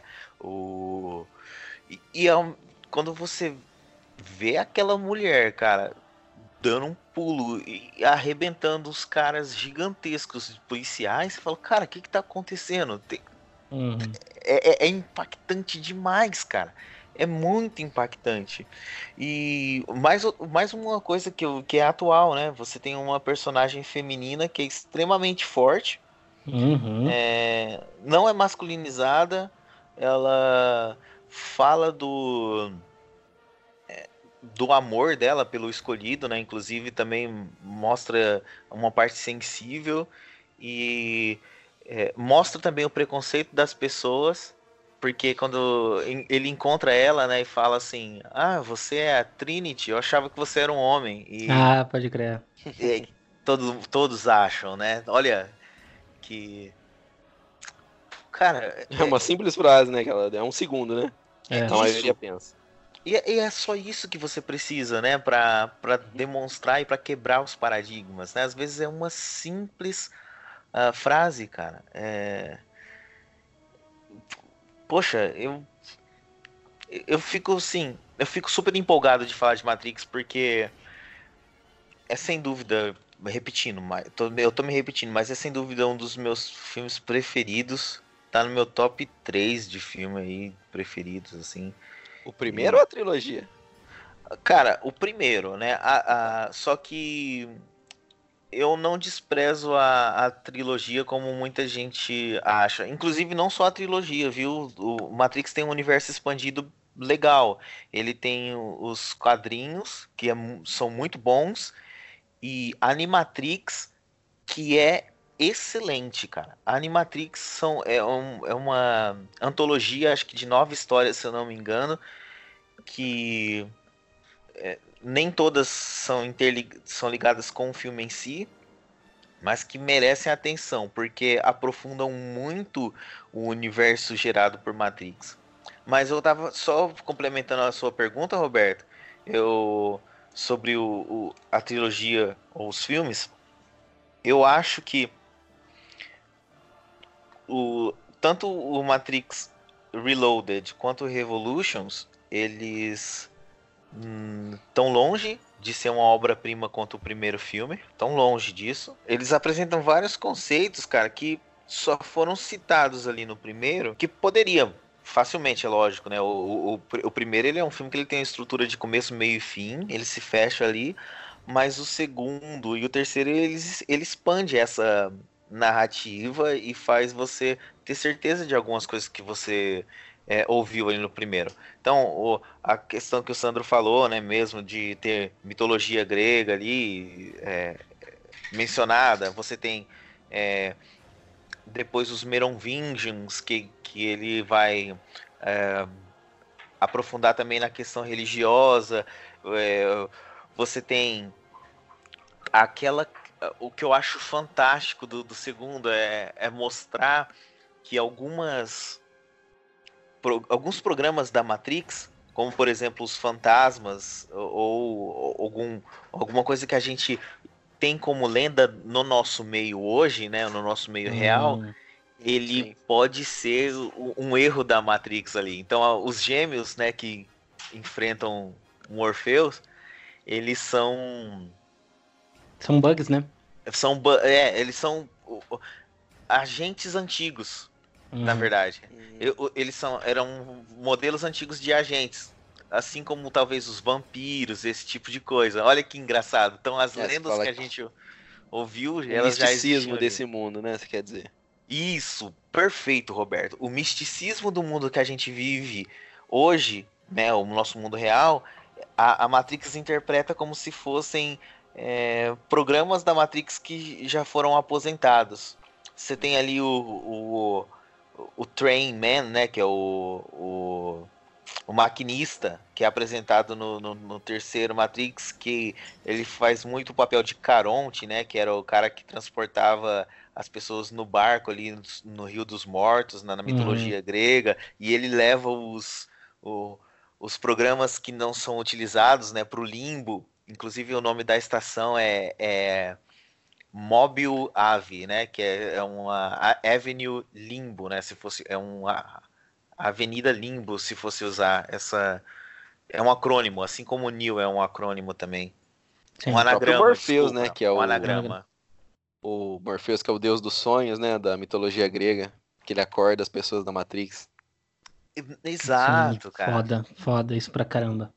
O e, e é um- quando você vê aquela mulher, cara, dando um pulo e arrebentando os caras gigantescos policiais, você fala, cara, o que que tá acontecendo? Tem- Uhum. é, é- é impactante demais, cara. É muito impactante. E mais, o- mais uma coisa que, eu- que é atual, né? Você tem uma personagem feminina que é extremamente forte, Uhum. é, não é masculinizada, ela fala do, do amor dela pelo escolhido, né? Inclusive também mostra uma parte sensível e é, mostra também o preconceito das pessoas, porque quando en- ele encontra ela, né, e fala assim: "Ah, você é a Trinity. Eu achava que você era um homem." E, Ah, pode crer. e todos todos acham, né? Olha que cara, É é uma simples frase, né? Que ela é um segundo, né? é É. A maioria isso. pensa. E é, e é só isso que você precisa, né, para para Uhum. demonstrar e para quebrar os paradigmas, né? Às vezes é uma simples ah, frase, cara. É, poxa, eu eu fico assim, eu fico super empolgado de falar de Matrix porque é sem dúvida, repetindo, mas tô- eu tô me repetindo, mas é sem dúvida um dos meus filmes preferidos. Tá no meu top três de filme aí preferidos, assim. O primeiro E, ou a trilogia? cara, o primeiro, né? A, a- só que eu não desprezo a, a trilogia como muita gente acha. Inclusive, não só a trilogia, viu? O Matrix tem um universo expandido legal. Ele tem os quadrinhos, que é mu- são muito bons, e Animatrix, que é excelente, cara. A Animatrix são, é, um- é uma antologia, acho que de nove histórias, se eu não me engano, que nem todas são, interlig são ligadas com o filme em si, mas que merecem atenção, porque aprofundam muito o universo gerado por Matrix. Mas eu tava só complementando a sua pergunta, Roberto, eu sobre o, o- a trilogia ou os filmes, eu acho que o, tanto o Matrix Reloaded quanto o Revolutions, eles hum, tão longe de ser uma obra-prima quanto o primeiro filme, tão longe disso. Eles apresentam vários conceitos, cara, que só foram citados ali no primeiro, que poderiam facilmente, é lógico, né? O, o, o, o primeiro ele é um filme que ele tem uma estrutura de começo, meio e fim, ele se fecha ali, mas o segundo e o terceiro ele, ele expande essa narrativa e faz você ter certeza de algumas coisas que você é, ouviu ali no primeiro. Então, o, a questão que o Sandro falou, né, mesmo de ter mitologia grega ali é, mencionada, você tem é, depois os Merovingians, que, que ele vai é, aprofundar também na questão religiosa, é, você tem aquela. O que eu acho fantástico do, do segundo é, é mostrar que algumas pro, alguns programas da Matrix, como por exemplo os fantasmas, ou, ou algum, alguma coisa que a gente tem como lenda no nosso meio hoje, né, no nosso meio Hum. real, ele Sim. pode ser um erro da Matrix ali. Então os gêmeos, né, que enfrentam um Orpheus, eles são São bugs, né? são é, eles são agentes antigos, Hum. na verdade. Hum. Eu, eles são eram modelos antigos de agentes, assim como talvez os vampiros, esse tipo de coisa. Olha que engraçado. Então as É, você lendas fala que a que- gente ouviu, O elas já existiam misticismo ali. desse mundo, né? Você quer dizer? Isso, perfeito, Roberto. O misticismo do mundo que a gente vive hoje, né, o nosso mundo real, a, a Matrix interpreta como se fossem é, programas da Matrix que já foram aposentados. Você tem ali o, o, o Train Man, né, que é o, o, o maquinista, que é apresentado no, no, no terceiro Matrix, que ele faz muito o papel de Caronte, né, que era o cara que transportava as pessoas no barco ali no, no Rio dos Mortos, na, na mitologia grega, e ele leva os, o, os programas que não são utilizados, né, para o limbo. Inclusive o nome da estação é, é Mobile Ave, né, que é, é uma Avenue Limbo, né, se fosse é uma Avenida Limbo, se fosse usar essa, é um acrônimo, assim como o Neo é um acrônimo também. Sim. Um O próprio anagrama, Morpheus, desculpa, né, que é um o- anagrama. O Morpheus, que é o deus dos sonhos, né? Da mitologia grega. Que ele acorda as pessoas da Matrix. Exato, Sim, cara. Foda, foda isso pra caramba.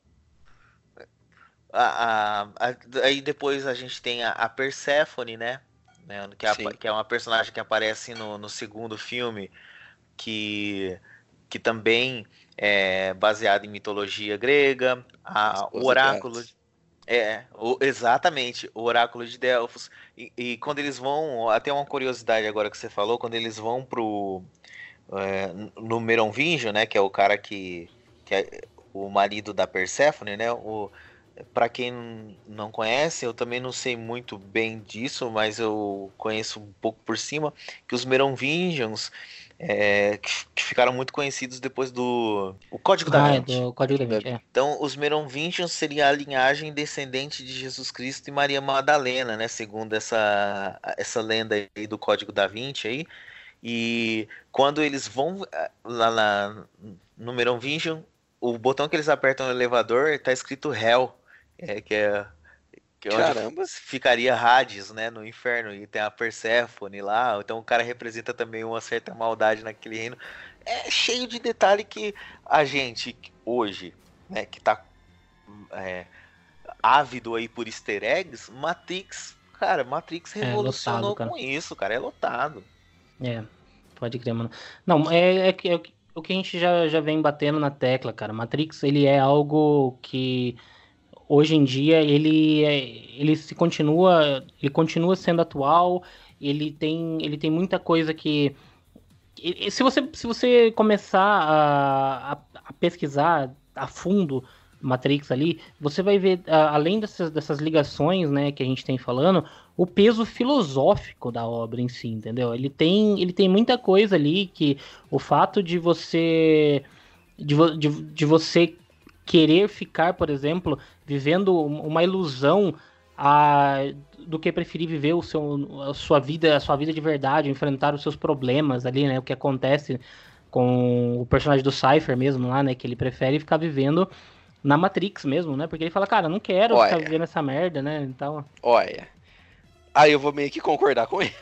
A, a- a- aí depois a gente tem a, a Perséfone, né? né, Que, é a- Sim. que é uma personagem que aparece no, no segundo filme, que, que também é baseado em mitologia grega. A, o Esposa de oráculo. Hades. É, o- exatamente, o oráculo de Delfos. E, e quando eles vão, até uma curiosidade agora que você falou, quando eles vão pro é, no Merovingio, né, que é o cara que, que é o marido da Perséfone, né, o, para quem não conhece, eu também não sei muito bem disso, mas eu conheço um pouco por cima, que os Merovingians é, que, que ficaram muito conhecidos depois do o Código da Ah, é Vinci. do Código da Vinci, é. Então, os Merovingians seria a linhagem descendente de Jesus Cristo e Maria Madalena, né? Segundo essa, essa lenda aí do Código da Vinci aí. E quando eles vão eh, lá na, no Merovingian, o botão que eles apertam no elevador tá escrito Hell, é, que é que é onde Caramba. ficaria Hades, né, no inferno, e tem a Perséfone lá, então o cara representa também uma certa maldade naquele reino. É cheio de detalhe que a gente hoje, né, que tá é, ávido aí por easter eggs, Matrix, cara, Matrix É, revolucionou lotado, cara. com isso, cara, é lotado. É, pode crer, mano. Não, é, é, que- é o que- o que a gente já, já vem batendo na tecla, cara. Matrix, ele é algo que hoje em dia ele, é, ele se continua, ele continua sendo atual. Ele tem, ele tem muita coisa que e- e se você, se você começar a, a- a pesquisar a fundo Matrix ali, você vai ver, a- além dessas, dessas ligações, né, que a gente tem falando, o peso filosófico da obra em si, entendeu? Ele tem, ele tem muita coisa ali que o fato de você de, vo- de, de você querer ficar, por exemplo, vivendo um- uma ilusão a, do que preferir viver o seu, a sua vida, a sua vida de verdade, enfrentar os seus problemas ali, né? O que acontece com o personagem do Cypher mesmo lá, né? Que ele prefere ficar vivendo na Matrix mesmo, né? Porque ele fala, cara, não quero Olha. ficar vivendo essa merda, né? Então, Olha. Aí eu vou meio que concordar com ele.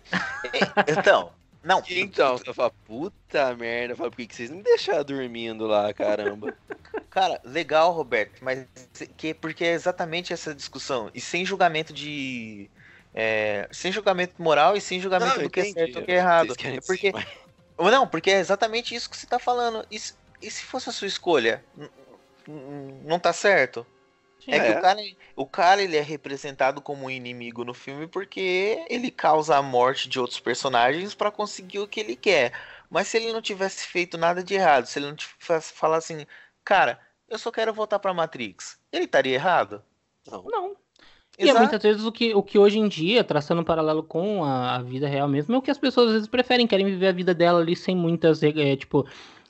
Então, não, Então, você fala, puta merda. Eu falo, por que que vocês não me deixaram dormindo lá, caramba? cara, legal, Roberto, mas que, porque é exatamente essa discussão, e sem julgamento de... é, sem julgamento moral e sem julgamento Não, do que é entendi. certo e do que é errado. Vocês querem É porque... dizer, Ou Não, porque é exatamente isso que você tá falando. E se, e se fosse a sua escolha? N- n- Não tá certo? É que É. o cara, o cara ele é representado como um inimigo no filme porque ele causa a morte de outros personagens pra conseguir o que ele quer. Mas se ele não tivesse feito nada de errado, se ele não tivesse falar assim, cara, eu só quero voltar pra Matrix, ele estaria errado? Não. não. E é Exato. muitas vezes o que, o que hoje em dia, traçando um paralelo com a, a vida real mesmo, é o que as pessoas às vezes preferem, querem viver a vida dela ali sem muitas, é, tipo,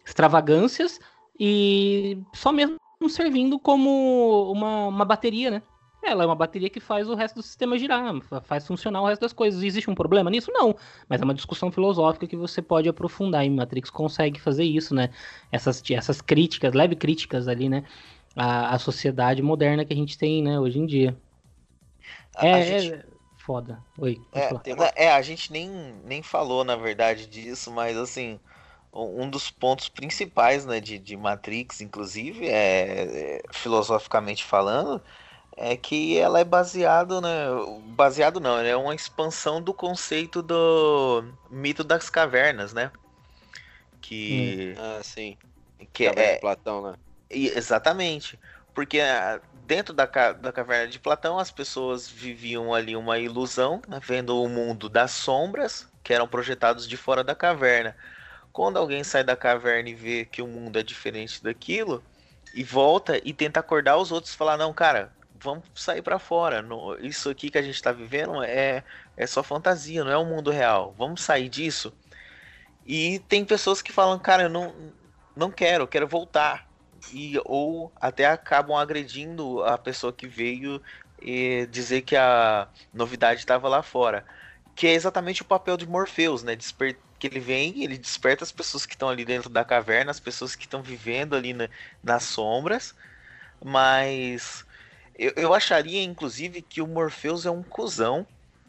extravagâncias e só mesmo servindo como uma, uma bateria, né? Ela é uma bateria que faz o resto do sistema girar, faz funcionar o resto das coisas. Existe um problema nisso? Não. Mas é uma discussão filosófica que você pode aprofundar, e Matrix consegue fazer isso, né? Essas, essas críticas, leve críticas ali, né? A, a sociedade moderna que a gente tem, né, hoje em dia. A, é, a gente... é foda. Oi, pode É, falar. Tem uma- é, a gente nem, nem falou, na verdade, disso, mas assim, um um dos pontos principais, né, de, de Matrix, inclusive, é, é, filosoficamente falando, é que ela é baseado, né, baseado não, é uma expansão do conceito do mito das cavernas, né, que, Ah, sim. que Caverna de é, Platão, né? e- exatamente, porque ah, dentro da, ca- da caverna de Platão as pessoas viviam ali uma ilusão, né, vendo o mundo das sombras que eram projetados de fora da caverna. Quando alguém sai da caverna e vê que o mundo é diferente daquilo, e volta e tenta acordar os outros e falar, não, cara, vamos sair pra fora. No- Isso aqui que a gente tá vivendo é, é só fantasia, não é o mundo real. Vamos sair disso. E tem pessoas que falam, cara, eu não, não quero, eu quero voltar. E, ou até acabam agredindo a pessoa que veio e dizer que a novidade estava lá fora. Que é exatamente o papel de Morpheus, né? Desper... Que ele vem, ele desperta as pessoas que estão ali dentro da caverna, as pessoas que estão vivendo ali na- nas sombras. Mas eu, eu acharia, inclusive, que o Morpheus é um cuzão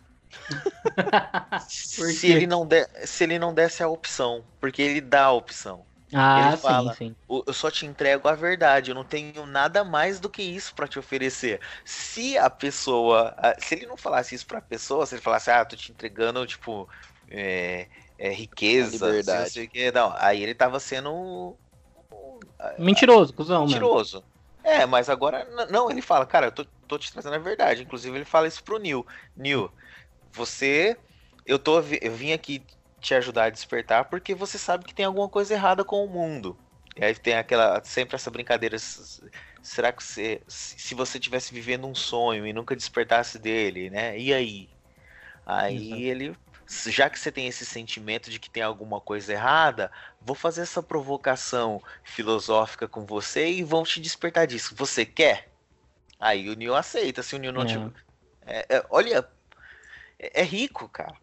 Por se ele quê? não der, se ele não desse a opção, porque ele dá a opção. Ele Ah, sim, fala, sim. "O- eu só te entrego a verdade, eu não tenho nada mais do que isso pra te oferecer." Se a pessoa, ah, se ele não falasse isso pra pessoa, se ele falasse, ah, tô te entregando, tipo, é, é, A riqueza, se não liberdade. sei o que, não, aí ele tava sendo um- um, ah, Mentiroso, cuzão mesmo. mentiroso. É, mas agora, n- não, ele fala, cara, eu tô, tô te trazendo a verdade. Inclusive, ele fala isso pro Neil. Neil, você, eu tô, vi- eu vim aqui te ajudar a despertar porque você sabe que tem alguma coisa errada com o mundo. E aí tem aquela, sempre essa brincadeira, s- será que você, se se você tivesse vivendo um sonho e nunca despertasse dele, né? E aí? Aí Exato. ele, já que você tem esse sentimento de que tem alguma coisa errada, vou fazer essa provocação filosófica com você e vão te despertar disso. Você quer? Aí o Neo aceita. Se o Neo não É, tiver. É, é, olha, é, é rico, cara.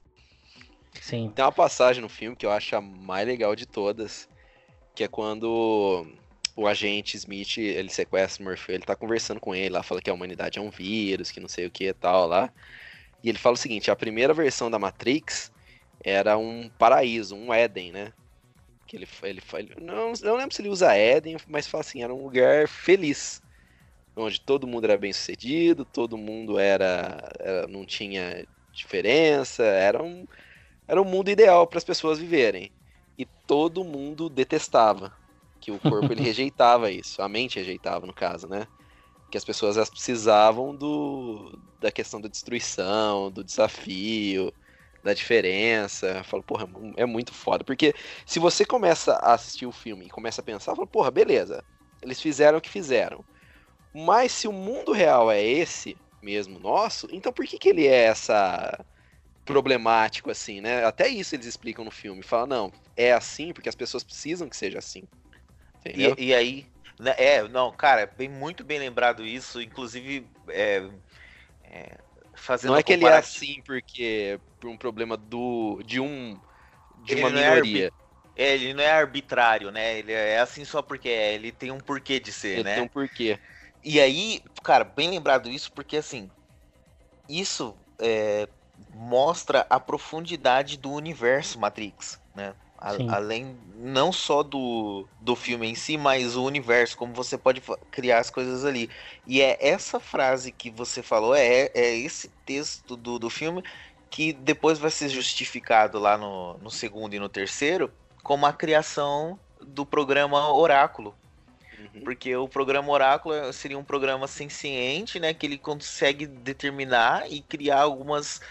sim. Tem uma passagem no filme que eu acho a mais legal de todas, que é quando o agente Smith, ele sequestra o Morpheus, ele tá conversando com ele lá, fala que a humanidade é um vírus, que não sei o que e tal lá. E ele fala o seguinte, a primeira versão da Matrix era um paraíso, um Éden, né? Que ele, ele, ele não, não lembro se ele usa Éden, mas fala assim, era um lugar feliz, onde todo mundo era bem sucedido, todo mundo era, era não tinha diferença, era um, era um mundo ideal para as pessoas viverem. E todo mundo detestava, que o corpo ele rejeitava isso, a mente rejeitava no caso, né? Que as pessoas elas precisavam do, da questão da destruição, do desafio, da diferença. Eu falo, porra, é muito foda. Porque se você começa a assistir o filme e começa a pensar, fala, porra, beleza, eles fizeram o que fizeram. Mas se o mundo real é esse mesmo nosso, então por que, que ele é essa problemático assim, né? Até isso eles explicam no filme. Falam, não, é assim porque as pessoas precisam que seja assim. Entendeu? E, e aí, né, é, não, cara, bem muito bem lembrado isso, inclusive é, é, fazendo Não é a que ele é comparati- assim porque por um problema do de um de Ele uma não é minoria. É, ele não é arbitrário, né? Ele é assim só porque é, ele tem um porquê de ser, Ele né? tem um porquê. E aí, cara, bem lembrado isso, porque assim, isso é, mostra a profundidade do universo Matrix, né? A- Sim. além não só do, do filme em si, mas o universo, como você pode fa- criar as coisas ali. E é essa frase que você falou, é, é esse texto do, do filme que depois vai ser justificado lá no, no segundo e no terceiro como a criação do programa Oráculo. Uhum. Porque o programa Oráculo seria um programa senciente, né? Que ele consegue determinar e criar algumas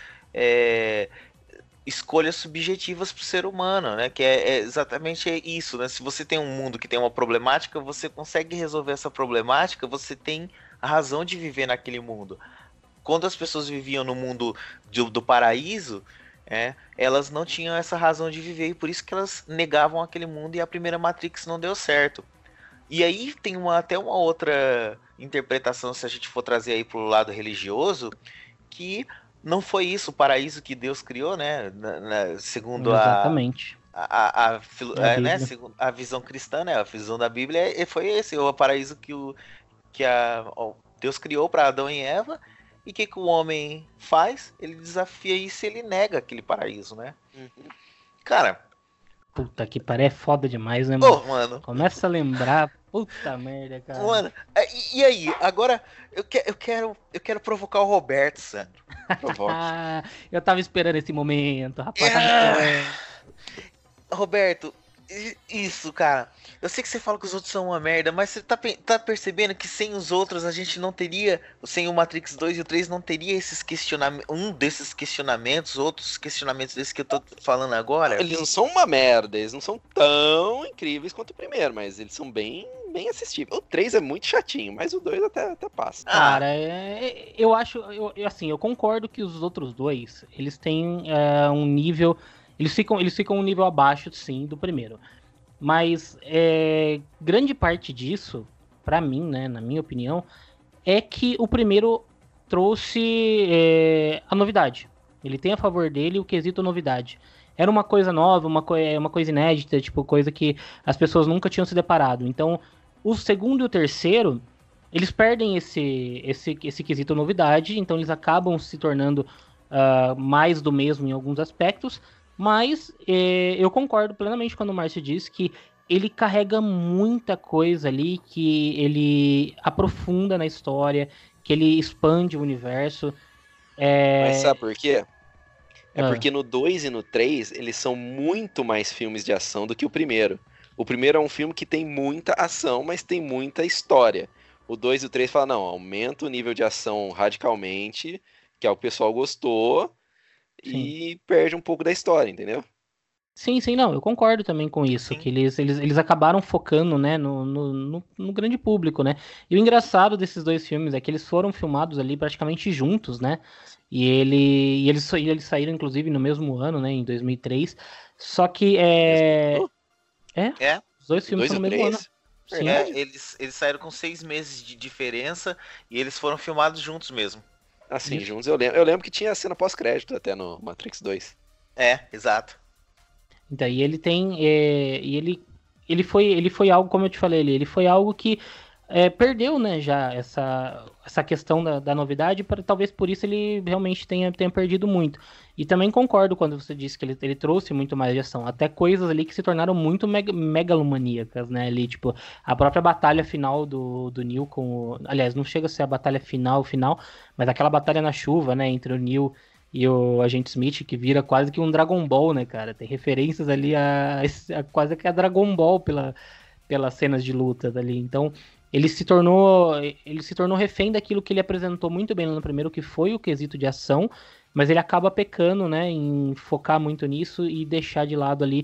é, escolhas subjetivas para o ser humano, né? Que é, é exatamente isso, né? Se você tem um mundo que tem uma problemática, você consegue resolver essa problemática, você tem a razão de viver naquele mundo. Quando as pessoas viviam no mundo de- do paraíso, É, elas não tinham essa razão de viver e por isso que elas negavam aquele mundo e a primeira Matrix não deu certo. E aí tem uma, até uma outra interpretação, se a gente for trazer aí pro lado religioso, que não foi isso o paraíso que Deus criou, né? Na, na, segundo a, Exatamente. a, a, a, É a é, né? Bíblia. segundo a visão cristã, né? A visão da Bíblia é- foi esse, o paraíso que, o, que a, ó, Deus criou para Adão e Eva. E o que, que o homem faz? Ele desafia isso e ele nega aquele paraíso, né? Uhum. Cara, Puta que pariu, é foda demais, né, mano? ô, mano, Começa a lembrar, puta merda, cara. mano, e, e aí? Agora eu, que, eu, quero, eu quero provocar o Roberto, Sandro. Provoque. Ah, eu tava esperando esse momento, rapaz. Tava Ah. esperando. Roberto, i- isso, cara. Eu sei que você fala que os outros são uma merda, mas você tá, pe- tá percebendo que sem os outros a gente não teria, sem o Matrix dois e o três não teria esses questionamentos, um desses questionamentos, outros questionamentos desses que eu tô falando agora? Eles não são uma merda, eles não são tão incríveis quanto o primeiro, mas eles são bem, bem assistíveis. O três é muito chatinho, mas o dois até, até passa. Cara, é- eu acho, eu, eu, assim, eu concordo que os outros dois, eles têm é, um nível, eles ficam, eles ficam um nível abaixo, sim, do primeiro. Mas é, grande parte disso, pra mim, né, na minha opinião, é que o primeiro trouxe é, a novidade. Ele tem a favor dele o quesito novidade. Era uma coisa nova, uma, co uma coisa inédita, tipo, coisa que as pessoas nunca tinham se deparado. Então, o segundo e o terceiro, eles perdem esse, esse, esse quesito novidade, então eles acabam se tornando uh, mais do mesmo em alguns aspectos, mas eh, eu concordo plenamente quando o Márcio diz que ele carrega muita coisa ali, que ele aprofunda na história, que ele expande o universo. É... Mas sabe por quê? É Ah. porque no dois e no três, eles são muito mais filmes de ação do que o primeiro. O primeiro é um filme que tem muita ação, mas tem muita história. O dois e o três falam, não, aumenta o nível de ação radicalmente, que é o que o pessoal gostou, Sim. e perde um pouco da história, entendeu? Sim, sim, não, eu concordo também com isso, Sim. que eles, eles, eles acabaram focando, né, no, no, no, no grande público, né, e o engraçado desses dois filmes é que eles foram filmados ali praticamente juntos, né, e, ele, e eles, e eles saíram inclusive no mesmo ano, né, em dois mil e três, só que é... Mesmo? É, É, os dois O filmes dois e são o no mesmo ano. três? Sim, Verdade? é, eles, eles saíram com seis meses de diferença e eles foram filmados juntos mesmo. Assim, Isso. juntos eu lembro. Eu lembro que tinha a cena pós-crédito até no Matrix dois. É, exato. então, e ele tem, é, e ele, ele foi, ele foi algo, como eu te falei, ele, ele foi algo que é, perdeu, né, já essa, essa questão da, da novidade, pra, talvez por isso ele realmente tenha, tenha perdido muito. E também concordo quando você disse que ele, ele trouxe muito mais de ação, até coisas ali que se tornaram muito meg megalomaníacas, né, ali, tipo, a própria batalha final do, do Neo com o, aliás, não chega a ser a batalha final, final, mas aquela batalha na chuva, né, entre o Neo e o Agente Smith, que vira quase que um Dragon Ball, né, cara? Tem referências ali a, a quase que a Dragon Ball pela, pelas cenas de luta ali. Então, ele se tornou ele se tornou refém daquilo que ele apresentou muito bem no primeiro, que foi o quesito de ação, mas ele acaba pecando, né, em focar muito nisso e deixar de lado ali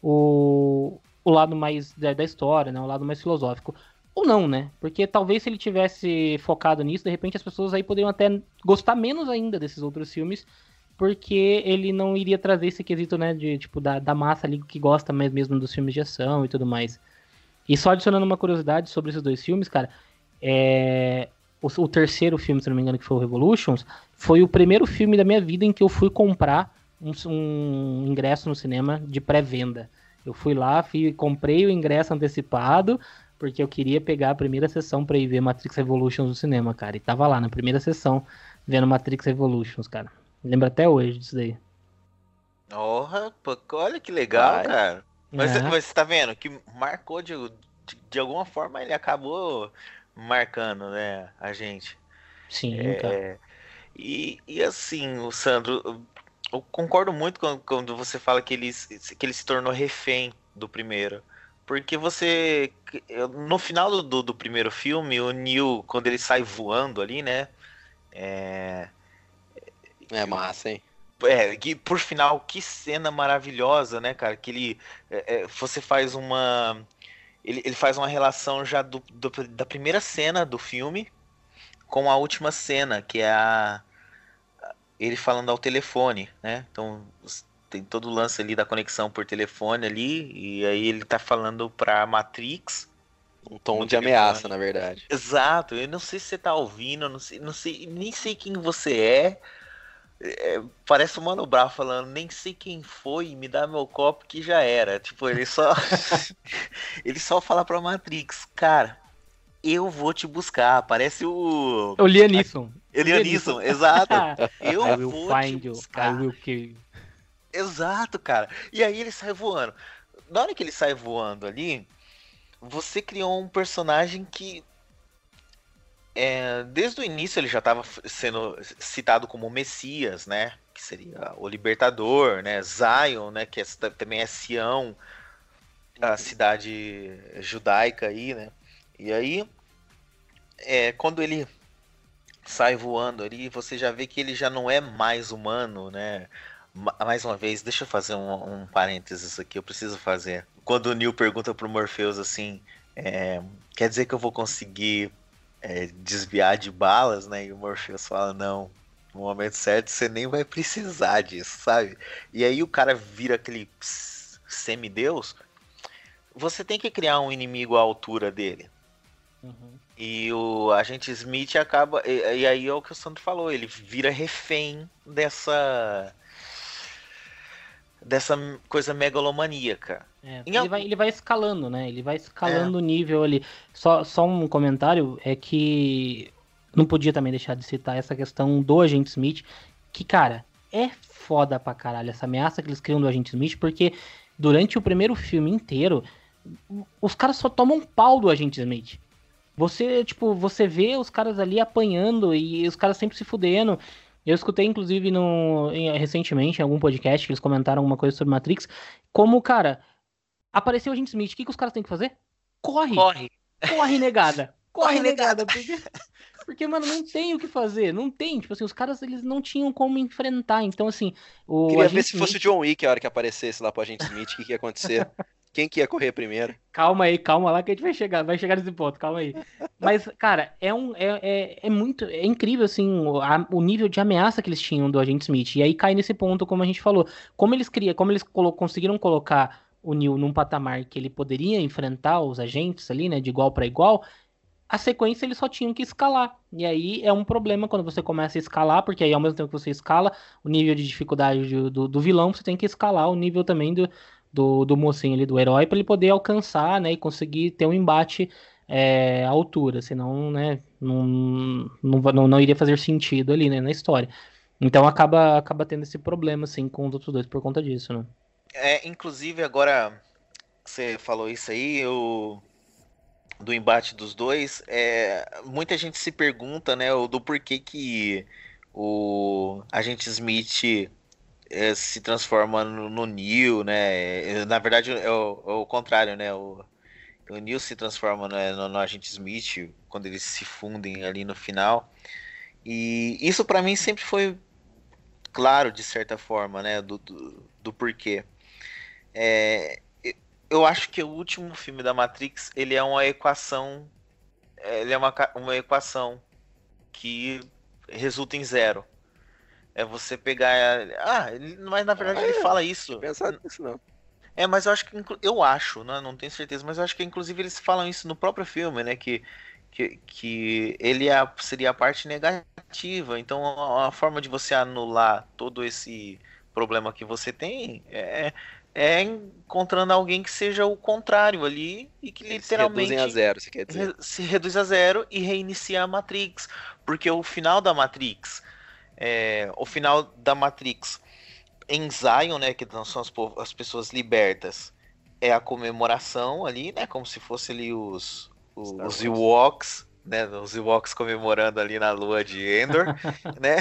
o, o lado mais da, da história, né, o lado mais filosófico. Ou não, né? Porque talvez se ele tivesse focado nisso, de repente as pessoas aí poderiam até gostar menos ainda desses outros filmes, porque ele não iria trazer esse quesito, né, de, tipo, da, da massa ali que gosta mais mesmo dos filmes de ação e tudo mais. E só adicionando uma curiosidade sobre esses dois filmes, cara, é... o, o terceiro filme, se não me engano, que foi o Revolutions, foi o primeiro filme da minha vida em que eu fui comprar um, um ingresso no cinema de pré-venda. Eu fui lá, fui, comprei o ingresso antecipado, porque eu queria pegar a primeira sessão pra ir ver Matrix Revolutions no cinema, cara. E tava lá na primeira sessão vendo Matrix Revolutions, cara. Lembro até hoje disso daí. Porra, pô, olha que legal, Vai. cara. Mas, É. mas você tá vendo que marcou de, de, de alguma forma ele acabou marcando, né, a gente. Sim, cara. É, e, e assim, o Sandro, eu, eu concordo muito quando, quando você fala que ele, se- que ele se tornou refém do primeiro. Porque você. eu- No final do, do, do primeiro filme, o Neo, quando ele sai voando ali, né? É, É massa, hein? é, que, por final, que cena maravilhosa, né, cara? Que ele. é, é, você faz uma. Ele, ele faz uma relação já do, do- da primeira cena do filme com a última cena, que é a. ele falando ao telefone, né? Então tem todo o lance ali da conexão por telefone ali, e aí ele tá falando pra Matrix. Um tom no de telefone. ameaça, na verdade. Exato, eu não sei se você tá ouvindo, eu não sei, não sei, nem sei quem você é. É, parece o Mano Brown falando, nem sei quem foi, me dá meu copo que já era. Tipo, ele só ele só fala pra Matrix, cara, eu vou te buscar. Parece o O Liam Neeson. o Liam Neeson, exato. Eu I will vou find te you, buscar. I will kill you. Exato, cara. E aí ele sai voando. Na hora que ele sai voando ali, você criou um personagem que É, desde o início ele já estava sendo citado como Messias, né? Que seria o Libertador, né? Zion, né? Que é, também é Sião, a cidade judaica aí, né? E aí, é, quando ele sai voando ali, você já vê que ele já não é mais humano, né? Mais uma vez, deixa eu fazer um, um parênteses aqui, eu preciso fazer. Quando o Neo pergunta pro Morpheus assim, é, quer dizer que eu vou conseguir É, desviar de balas, né? E o Morpheus fala, não, no momento certo você nem vai precisar disso, sabe? E aí o cara vira aquele semideus, você tem que criar um inimigo à altura dele. Uhum. E o agente Smith acaba, e, e aí é o que o Sandro falou, ele vira refém dessa dessa coisa megalomaníaca. É, ele, vai, ele vai escalando, né? Ele vai escalando o é. nível ali. Só, só um comentário é que não podia também deixar de citar essa questão do Agente Smith, que, cara, é foda pra caralho essa ameaça que eles criam do Agente Smith, porque durante o primeiro filme inteiro, os caras só tomam pau do Agente Smith. Você, tipo, você vê os caras ali apanhando e os caras sempre se fudendo. Eu escutei, inclusive, no, em, recentemente, em algum podcast, que eles comentaram alguma coisa sobre Matrix, como, cara, apareceu o Agente Smith, o que, que os caras têm que fazer? Corre! Corre! Corre, negada! Corre, Corre negada! Porque, porque, mano, não tem o que fazer, não tem, tipo assim, os caras, eles não tinham como enfrentar, então, assim... O Queria Agente ver se Smith... fosse o John Wick a hora que aparecesse lá pro Agente Smith, o que, que ia acontecer? Quem que ia correr primeiro? Calma aí, calma lá que a gente vai chegar, vai chegar nesse ponto, calma aí. Mas, cara, é um é, é, é muito, é incrível, assim, o, a, o nível de ameaça que eles tinham do Agente Smith. E aí cai nesse ponto, como a gente falou, como eles criam, como eles colo- conseguiram colocar o Neo num patamar que ele poderia enfrentar os agentes ali, né, de igual para igual, a sequência eles só tinham que escalar. E aí é um problema quando você começa a escalar, porque aí ao mesmo tempo que você escala o nível de dificuldade do, do, do vilão, você tem que escalar o nível também do Do, do mocinho ali, do herói, para ele poder alcançar, né, e conseguir ter um embate é, à altura, senão, né, não, não, não, não iria fazer sentido ali, né, na história. Então acaba, acaba tendo esse problema, assim, com os outros dois por conta disso, né. É, inclusive, agora você falou isso aí, eu... do embate dos dois, é... muita gente se pergunta, né, do porquê que o Agente Smith É, se transforma no, no Neo, né? Na verdade é o, é o contrário, né? O, o Neo se transforma, né, no, no Agente Smith quando eles se fundem ali no final. E isso para mim sempre foi claro de certa forma, né? Do, do, do porquê. É, eu acho que o último filme da Matrix ele é uma equação, ele é uma, uma equação que resulta em zero. É você pegar. Ah, mas na verdade ah, ele é. fala isso. Não pensar nisso, não. É, mas eu acho que. Eu acho, né? Não tenho certeza, mas eu acho que inclusive eles falam isso no próprio filme, né? Que, que, que ele é, seria a parte negativa. Então a, a forma de você anular todo esse problema que você tem é, é encontrando alguém que seja o contrário ali e que eles literalmente. Se reduzem a zero, você quer dizer? Se reduz a zero e reinicia a Matrix. Porque o final da Matrix. É, o final da Matrix em Zion, né, que são as, as pessoas libertas, é a comemoração ali, né, como se fosse ali os, os, os Ewoks, né, os Ewoks comemorando ali na lua de Endor, né.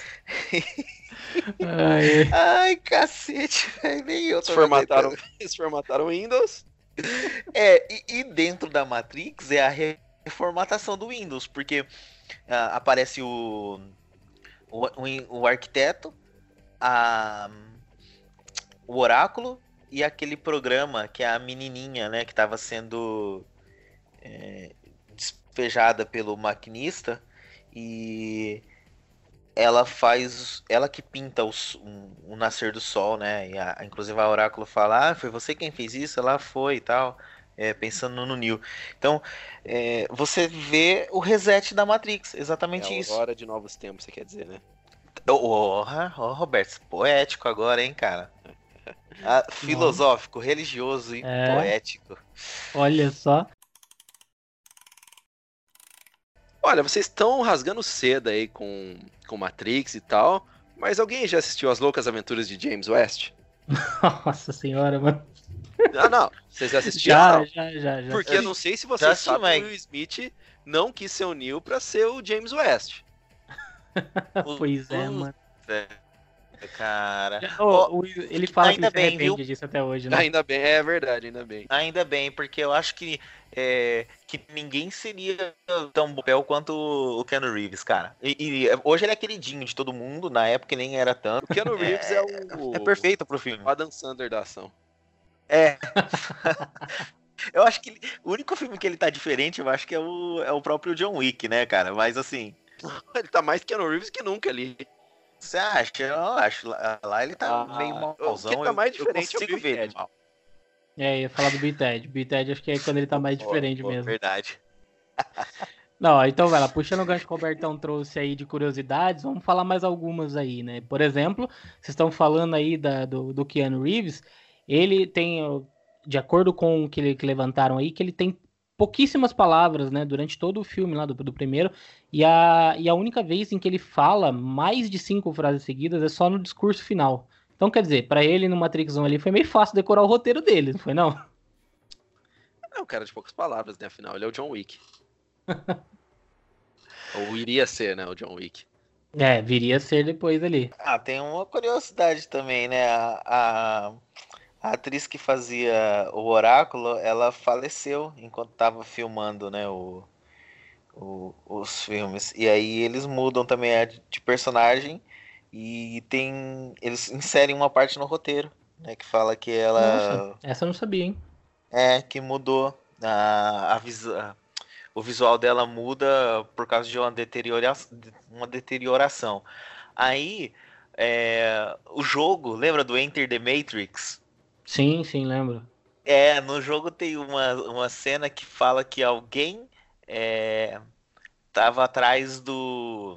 Ai, Ai cacete, véio, nem eu tô eles formataram, eles formataram o Windows. É, e, e dentro da Matrix é a reformatação do Windows, porque uh, aparece o O, o, o arquiteto, a, o oráculo e aquele programa que é a menininha, né, que estava sendo é, despejada pelo maquinista e ela faz. Ela que pinta o, s- um- o nascer do sol, né? E a, inclusive a Oráculo fala, ah, foi você quem fez isso? Ela foi e tal. É, pensando no Neo. Então, é, você vê o reset da Matrix, É a exatamente isso. aurora de novos tempos, você quer dizer, né? Ô, ô, ô, Roberto, poético agora, hein, cara? Ah, Não. filosófico, religioso e É, poético. olha só. Olha, vocês estão rasgando seda aí com, com Matrix e tal, mas alguém já assistiu As Loucas Aventuras de James West? Nossa senhora, mano. Ah, não. Vocês já assistiram ou Já, não? já, já, já. Porque eu não sei se Já vocês assisti, sabem, mas- o Will Smith não quis ser o Neo pra ser o James West. Pois é, Puta, mano. Cara. Ô, Ó, o- ele fala que ainda ele se bem, arrepende viu? disso até hoje, né? Ainda bem, é verdade, ainda bem. Ainda bem, porque eu acho que, é, que ninguém seria tão bom papel quanto o Keanu Reeves, cara. E, e hoje ele é queridinho de todo mundo, na época nem era tanto. O Keanu Reeves é, o, É perfeito pro filme. o Adam Sandler da ação. É. Eu acho que ele- o único filme que ele tá diferente, eu acho que é o, é o próprio John Wick, né, cara? Mas assim, Ele tá mais Keanu Reeves que nunca ali. você acha? Eu acho. Lá, lá ele tá Ah, meio o malzão. que tá mais eu, eu diferente é o consigo Bill e ver ele Ted. mal. É, ia falar do Bill e Ted. Bill e Ted acho que é quando ele tá mais Pô, diferente pô, mesmo. Verdade. Não, ó, então vai lá, puxando o gancho que o Robertão trouxe aí de curiosidades, vamos falar mais algumas aí, né? Por exemplo, vocês estão falando aí da- do, do Keanu Reeves, ele tem, ó, de acordo com o que, ele- que levantaram aí, que ele tem pouquíssimas palavras, né, durante todo o filme lá do, do primeiro, e a, e a única vez em que ele fala mais de cinco frases seguidas é só no discurso final. Então, quer dizer, pra ele no Matrix um ali foi meio fácil decorar o roteiro dele, não foi não? É um cara de poucas palavras, né? Afinal, ele é o John Wick. Ou iria ser, né? O John Wick. É, viria a ser depois ali. Ah, tem uma curiosidade também, né? A, a, a atriz que fazia o Oráculo, ela faleceu enquanto tava filmando, né, o, o- os filmes. E aí eles mudam também a de de personagem e tem eles inserem uma parte no roteiro, né, que fala que ela Nossa, essa eu não sabia, hein? é que mudou a, a visa- o visual dela muda por causa de uma deteriora, uma deterioração. Aí é, o jogo, lembra do Enter the Matrix? Sim, sim, lembro. É, no jogo tem uma, uma cena que fala que alguém é, tava atrás do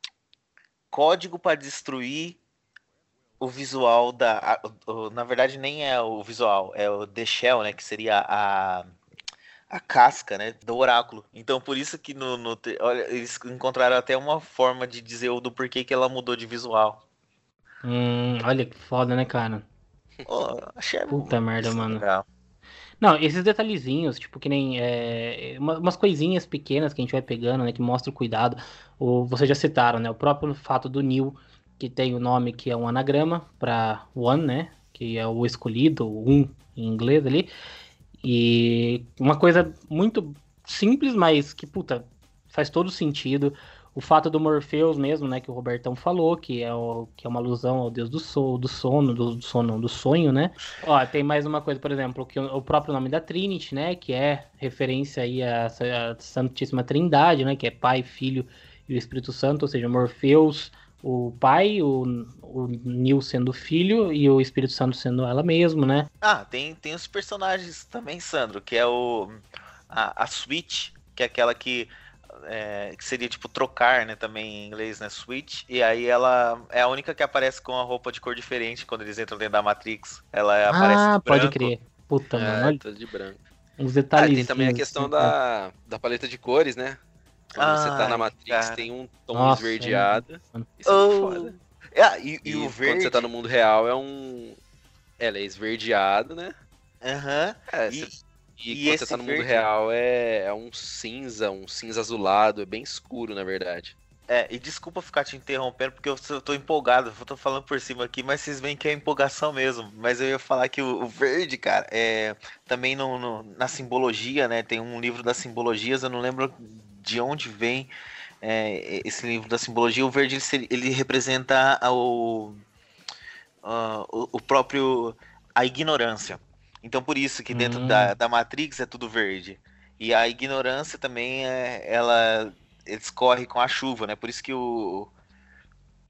código para destruir o visual da. a- o- na verdade, nem é o visual, é o The Shell, né? Que seria a, a casca, né? Do oráculo. Então, por isso que no, no te- olha, eles encontraram até uma forma de dizer o do porquê que ela mudou de visual. Hum, olha que foda, né, cara? Pô, achei Puta merda, isso mano. legal. Não, esses detalhezinhos, tipo, que nem é, uma- umas coisinhas pequenas que a gente vai pegando, né, que mostra o cuidado. O, vocês já citaram, né, o próprio fato do Neo, que tem o nome que é um anagrama para One, né, que é o escolhido, o um em inglês ali. E uma coisa muito simples, mas que, puta, faz todo sentido. O fato do Morpheus mesmo, né, que o Robertão falou, que é, o, que é uma alusão ao deus do, so, do sono, do, do sono, do sonho, né? Ó, tem mais uma coisa, por exemplo, que o, o próprio nome da Trinity, né, que é referência aí à, à Santíssima Trindade, né, que é Pai, Filho e o Espírito Santo, ou seja, Morpheus, o Pai, o, o Neo sendo o Filho e o Espírito Santo sendo ela mesma, né? Ah, tem, tem os personagens também, Sandro, que é o a, a Switch, que é aquela que, é, que seria tipo trocar, né, também em inglês, né, Switch, e aí ela é a única que aparece com a roupa de cor diferente quando eles entram dentro da Matrix. Ela aparece Ah, de pode branco. crer. Puta, mano, É, olha tá de branco. uns Ah, detalhes. tem também a questão da, da paleta de cores, né? Quando você tá na Ai, Matrix, cara. tem um tom Nossa, esverdeado. é muito Isso é muito Oh. foda. Ah, e, E, e o quando verde. você tá no mundo real, é um. Ela é esverdeado, né? Aham. É, E- você- E, e quando esse você tá no mundo verde- real é, é um cinza, um cinza azulado, é bem escuro, na verdade. É, e desculpa ficar te interrompendo, porque eu, eu tô empolgado, eu tô falando por cima aqui, mas vocês veem que é empolgação mesmo. Mas eu ia falar que o, o verde, cara, é também no, no- na simbologia, né? Tem um livro das simbologias, eu não lembro de onde vem é, esse livro da simbologia. O verde ele, se- ele representa o, ah, o, o próprio a ignorância. Então por isso que dentro Hum. da, da Matrix é tudo verde. E a ignorância também é, ela escorre com a chuva, né? Por isso que o,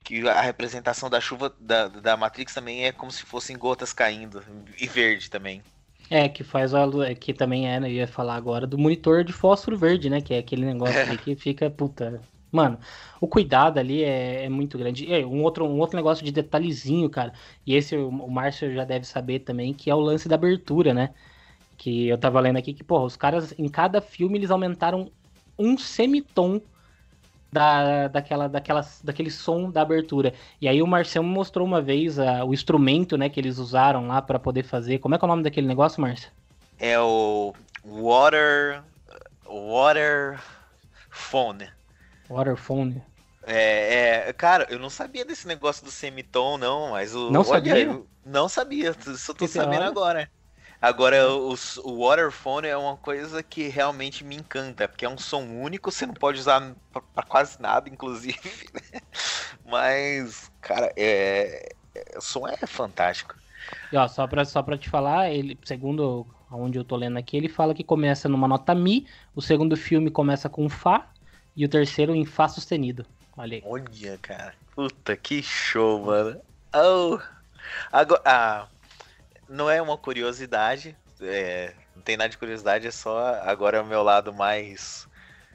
Que a representação da chuva da, da Matrix também é como se fossem gotas caindo. E verde também. É, que faz a lu- é, que também é, né, eu ia falar agora do monitor de fósforo verde, né? Que é aquele negócio ali que fica, puta. Mano, o cuidado ali é, é muito grande. E aí, um outro, um outro negócio de detalhezinho, cara. E esse o, o Márcio já deve saber também, que é o lance da abertura, né? Que eu tava lendo aqui que, porra, os caras, em cada filme, eles aumentaram um semitom da, daquela, daquela, daquele som da abertura. E aí o Marcelo me mostrou uma vez ah, o instrumento, né, que eles usaram lá pra poder fazer. Como é que é o nome daquele negócio, Márcio? É o Water. Water Phone. Waterphone. É, é, cara, eu não sabia desse negócio do semitom, não, mas o. Não olha, sabia? eu não sabia, só tô Esse- sabendo olha. agora. Agora, o, o Waterphone é uma coisa que realmente me encanta, porque é um som único, você não pode usar pra, pra quase nada, inclusive, né? Mas, cara, é, é- o som é fantástico. E ó, só pra, só pra te falar, ele, segundo onde eu tô lendo aqui, ele fala que começa numa nota Mi, o segundo filme começa com Fá e o terceiro em Fá sustenido. Olha aí. Olha, cara, puta que show, mano. Oh. Agora, ah, não é uma curiosidade, é, não tem nada de curiosidade, é só agora é o meu lado mais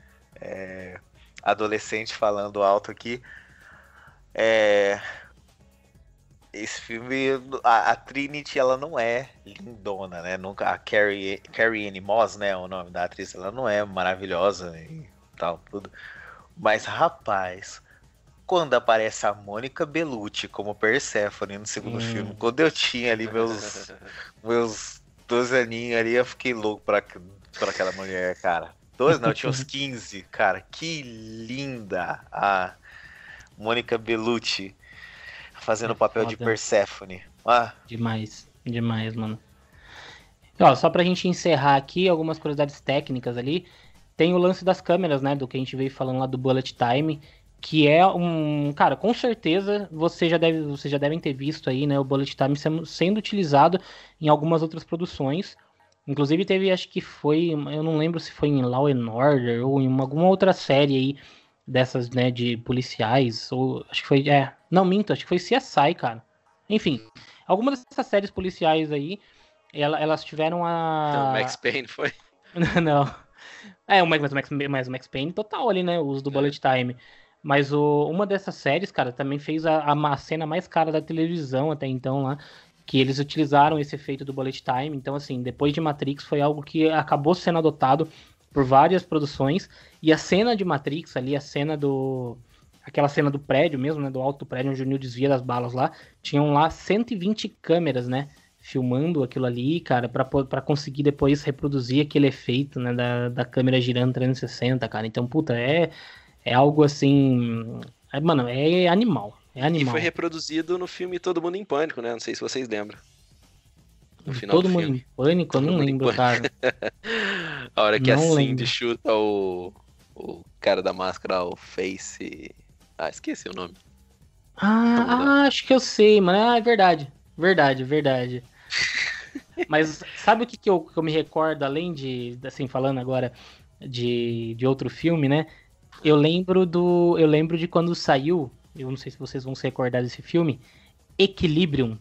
é, adolescente falando alto aqui. É, esse filme, a, a Trinity, ela não é lindona, né? Nunca, a Carrie, Carrie Anne Moss, né? O nome da atriz, ela não é maravilhosa e tal, tudo. Mas, rapaz, quando aparece a Mônica Bellucci como Perséfone no segundo Hum. filme, quando eu tinha ali meus, meus doze aninhos ali, eu fiquei louco por, aqu- por aquela mulher, cara. doze não, eu tinha uns quinze, cara. Que linda a Mônica Bellucci fazendo É o papel de foda. Perséfone. Ah, Demais, demais, mano. E, ó, só pra gente encerrar aqui, algumas curiosidades técnicas ali. Tem o lance das câmeras, né? Do que a gente veio falando lá do Bullet Time. Que é um. Cara, com certeza você já deve, vocês já devem ter visto aí, né? O Bullet Time sendo, sendo utilizado em algumas outras produções. Inclusive teve, acho que foi. Eu não lembro se foi em Law and Order ou em uma- alguma outra série aí dessas, né? De policiais. Ou acho que foi. É. Não, minto, acho que foi C S I, cara. Enfim, algumas dessas séries policiais aí, ela- elas tiveram O a. Max Payne foi. Não. É, o Max, mas o Max, mas o Max Payne total ali, né? O uso do Bullet Time. Mas o, uma dessas séries, cara, também fez a, a ma- cena mais cara da televisão até então lá. Que eles utilizaram esse efeito do Bullet Time. Então, assim, depois de Matrix foi algo que acabou sendo adotado por várias produções. E a cena de Matrix ali, a cena do. Aquela cena do prédio mesmo, né? Do alto do prédio onde o Neo desvia das balas lá. Tinham lá cento e vinte câmeras, né? Filmando aquilo ali, cara, pra, po- pra conseguir depois reproduzir aquele efeito, né, da, da câmera girando trezentos e sessenta, cara. Então, puta, é, é algo assim. É, mano, é animal. É E animal. foi reproduzido no filme Todo Mundo em Pânico, né? Não sei se vocês lembram. No final Todo do mundo filme. em pânico, eu Todo não mundo em lembro, cara. A hora que a Não Cindy lembro. chuta o, o cara da máscara, o Face. Ah, esqueci o nome. Ah, Vamos ah, acho que eu sei, mano. Ah, é verdade. Verdade, verdade. Mas sabe o que, que, eu, que eu me recordo, além de, assim, falando agora de, de outro filme, né? Eu lembro do. Eu lembro de quando saiu. Eu não sei se vocês vão se recordar desse filme. Equilibrium.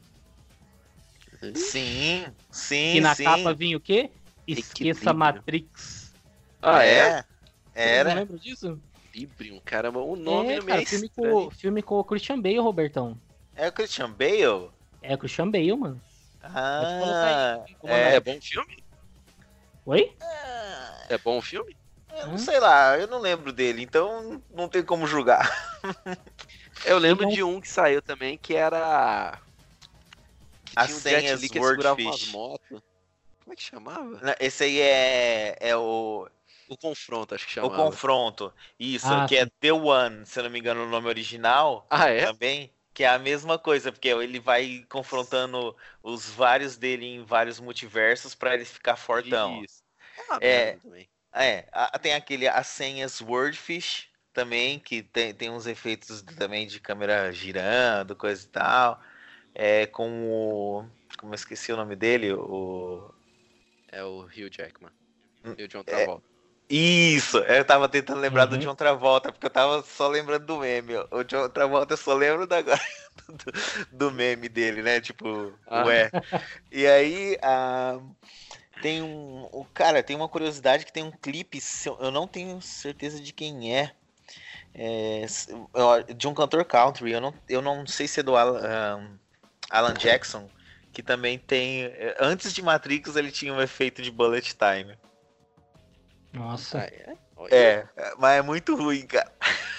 sim, sim, Que na sim. capa vinha o quê? Esqueça Equilíbrio. Matrix. Ah, é? é? Vocês não Era. lembram disso? Equilibrium, caramba, o nome É, não me cara, é filme estranho. com, filme com o Christian Bale, Robertão. É o Christian Bale? É o Christian Bale, mano. Pode colocar Ah, aí. Como É, é? é bom filme? Oi? É bom filme? eu não sei lá, eu não lembro dele, então não tem como julgar. Eu lembro Ele é um- de um que saiu também que era. Que As tinha um Jet senhas Li que ele segurava Swordfish. umas motos. Como é que chamava? Não, esse aí é, é o, O Confronto, acho que o chamava. confronto. Isso, Ah, que é sim. The One, se eu não me engano, o nome original Ah, é? também. Que é a mesma coisa, porque ele vai confrontando os vários dele em vários multiversos pra ele ficar fortão. Isso. É uma É. merda também. É, a- tem aquele as senhas Swordfish também, que tem, tem uns efeitos também de câmera girando, coisa e tal. É com o. Como eu esqueci o nome dele? O. É o Hugh Jackman. Hum, E o John é. Travolta. Isso, eu tava tentando lembrar do Uhum. John Travolta, porque eu tava só lembrando do meme. O John Travolta eu só lembro da, do, do meme dele, né? Tipo, Ah. ué. E aí, ah, tem um. O cara, tem uma curiosidade que tem um clipe, se eu eu não tenho certeza de quem é. É, s- eu- de um cantor country. Eu não, eu não sei se é do Alan, ah, Alan Jackson, que também tem. eh, Antes de Matrix, ele tinha um efeito de bullet time. Nossa. Ah, é? Olha. É, é, mas é muito ruim, cara.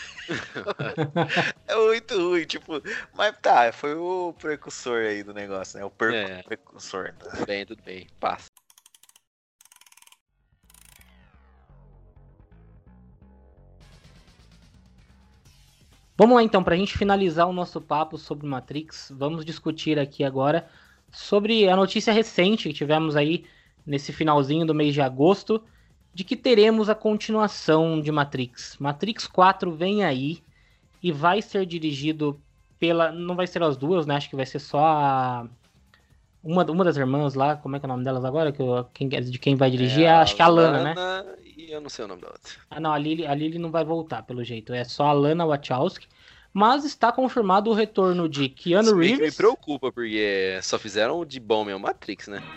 É muito ruim, tipo. Mas tá, foi o precursor aí do negócio, né? O percu- É. precursor. Tudo bem, tudo bem. Passa. Vamos lá então, para a gente finalizar o nosso papo sobre Matrix, vamos discutir aqui agora sobre a notícia recente que tivemos aí nesse finalzinho do mês de agosto, de que teremos a continuação de Matrix. Matrix quatro vem aí e vai ser dirigido pela... Não vai ser as duas, né? Acho que vai ser só a... Uma, uma das irmãs lá, como é que é o nome delas agora? Que eu- quem, de quem vai dirigir? É É, acho que é a Lana, né? Lana e eu não sei o nome da outra. Ah, não, a Lily, a Lily não vai voltar, pelo jeito. É só a Lana Wachowski. Mas está confirmado o retorno de Se Keanu bem que me Reeves. preocupa, porque só fizeram o de bom mesmo Matrix, né?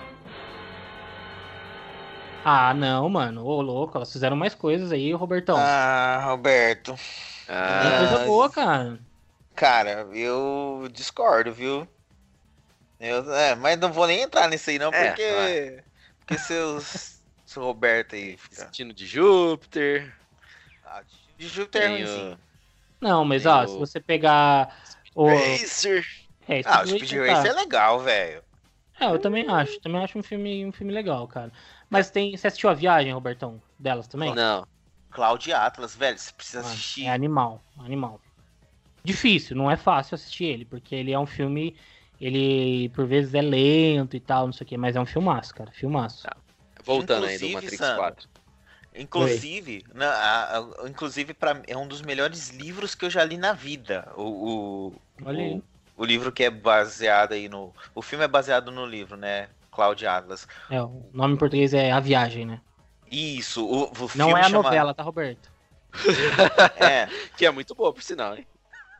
Ah, não, mano. Ô, louco, elas fizeram mais coisas aí, Robertão. Ah, Roberto. Tem Ah, coisa Ah, boa, cara. Cara, eu discordo, viu? Eu, é, mas não vou nem entrar nisso aí, não, É, porque. Porque seus. Seu Roberto aí fica. Destino de Júpiter. Ah, de Júpiter é Tem ruimzinho. o Não, mas Tem ó, o- se você pegar o. Racer. É, Ah, o Speed Speed Racer Racer é tá. legal, velho. É, eu também acho. Também acho um filme, um filme legal, cara. Mas tem. Você assistiu a viagem, Robertão? Delas também? Não. Cloud Atlas, velho, você precisa Mano, assistir. é animal, animal. Difícil, não é fácil assistir ele, porque ele é um filme. Ele por vezes é lento e tal, não sei o que, mas é um filmaço, cara. Filmaço. Tá. Voltando aí do Inclusive, Matrix Sandro, quatro. Inclusive, na- a- a- inclusive pra, é um dos melhores livros que eu já li na vida. O, o, Olha aí. o, o livro que é baseado aí no. O filme é baseado no livro, né? Cloud Atlas. É, o nome em português é A Viagem, né? Isso, o, o Não filme é a chama. novela, tá, Roberto? É, Que é muito boa, por sinal, hein?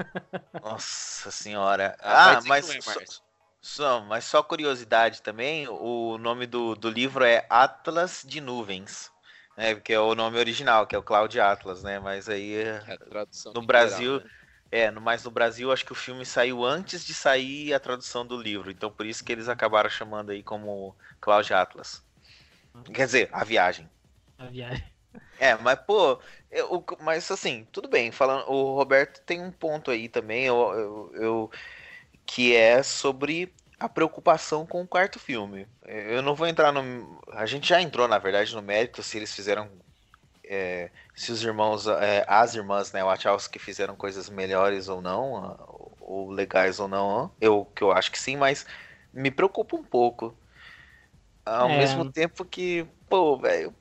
nossa senhora. vai Ah, dizer que mas não é, só, Márcio. só- mas só curiosidade também, o nome do, do livro é Atlas de Nuvens, né? Porque é o nome original, que é o Cloud Atlas, né? Mas aí É a tradução no literal, Brasil, né? é, no- mas no Brasil acho que o filme saiu antes de sair a tradução do livro, então por isso que eles acabaram chamando aí como Cloud Atlas. Quer dizer, a viagem. A Viagem. É, mas pô, eu- mas assim, tudo bem, falando, o Roberto tem um ponto aí também, eu, eu, eu- que é sobre a preocupação com o quarto filme. Eu não vou entrar no, a gente já entrou na verdade no mérito se eles fizeram, é, se os irmãos, é, as irmãs, né, Wachowski fizeram coisas melhores ou não, ou, ou legais ou não, eu que eu acho que sim, mas me preocupa um pouco. Ao É. mesmo tempo que, pô, velho,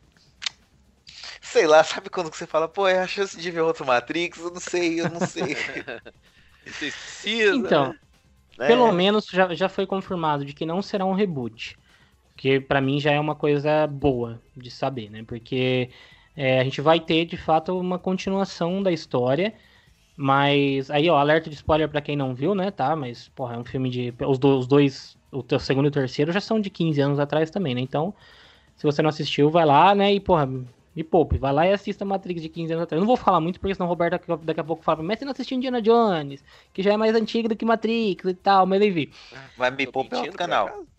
sei lá, sabe quando você fala, pô, é a chance de ver outro Matrix? Eu não sei, eu não sei. Vocês precisam, Então, né? É, pelo menos já, já foi confirmado de que não será um reboot. Que pra mim já é uma coisa boa de saber, né? Porque é, a gente vai ter, de fato, uma continuação da história. Mas aí, ó, alerta de spoiler pra quem não viu, né? Tá, mas, porra, é um filme de. Os, do- os dois, o teu segundo e o terceiro, já são de quinze anos atrás também, né? Então, se você não assistiu, vai lá, né? E, porra, me poupe, vai lá e assista Matrix de quinze anos atrás. Eu não vou falar muito, porque senão o Roberto daqui, daqui a pouco fala, mas você não assistiu Indiana Jones, que já é mais antigo do que Matrix e tal, mas enfim. vai me Tô pôr pelo mentindo, outro por canal. acaso?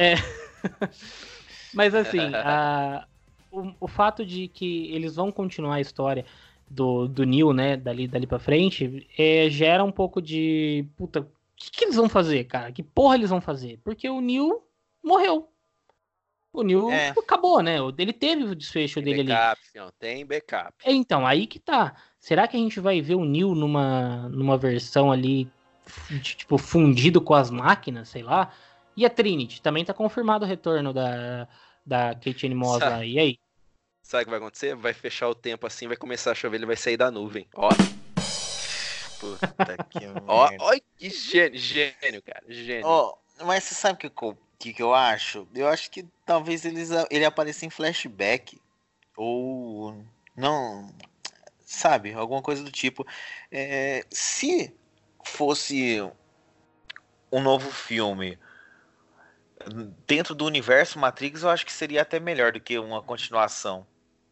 Mas assim, a- o, o fato de que eles vão continuar a história do, do Neo, né, dali, dali pra frente, é, gera um pouco de. Puta, o que, que eles vão fazer, cara? Que porra eles vão fazer? Porque o Neo morreu. O Neo É. acabou, né? Ele teve o desfecho Tem dele ali. backup, fião, tem backup. Então, aí que tá. Será que a gente vai ver o Neo numa, numa versão ali, f- de, tipo, fundido com as máquinas, sei lá? E a Trinity? Também tá confirmado o retorno da, da Kate Moss Sabe- lá. E aí? Sabe o que vai acontecer? Vai fechar o tempo assim, vai começar a chover, ele vai sair da nuvem. Ó, Puta que ó, merda. ó, que gênio, gênio, cara, gênio. Ó, mas você sabe o que, eu- que, que eu acho? Eu acho que talvez eles, ele apareça em flashback. Ou não, sabe, alguma coisa do tipo. É, se fosse um novo filme dentro do universo Matrix, eu acho que seria até melhor do que uma continuação.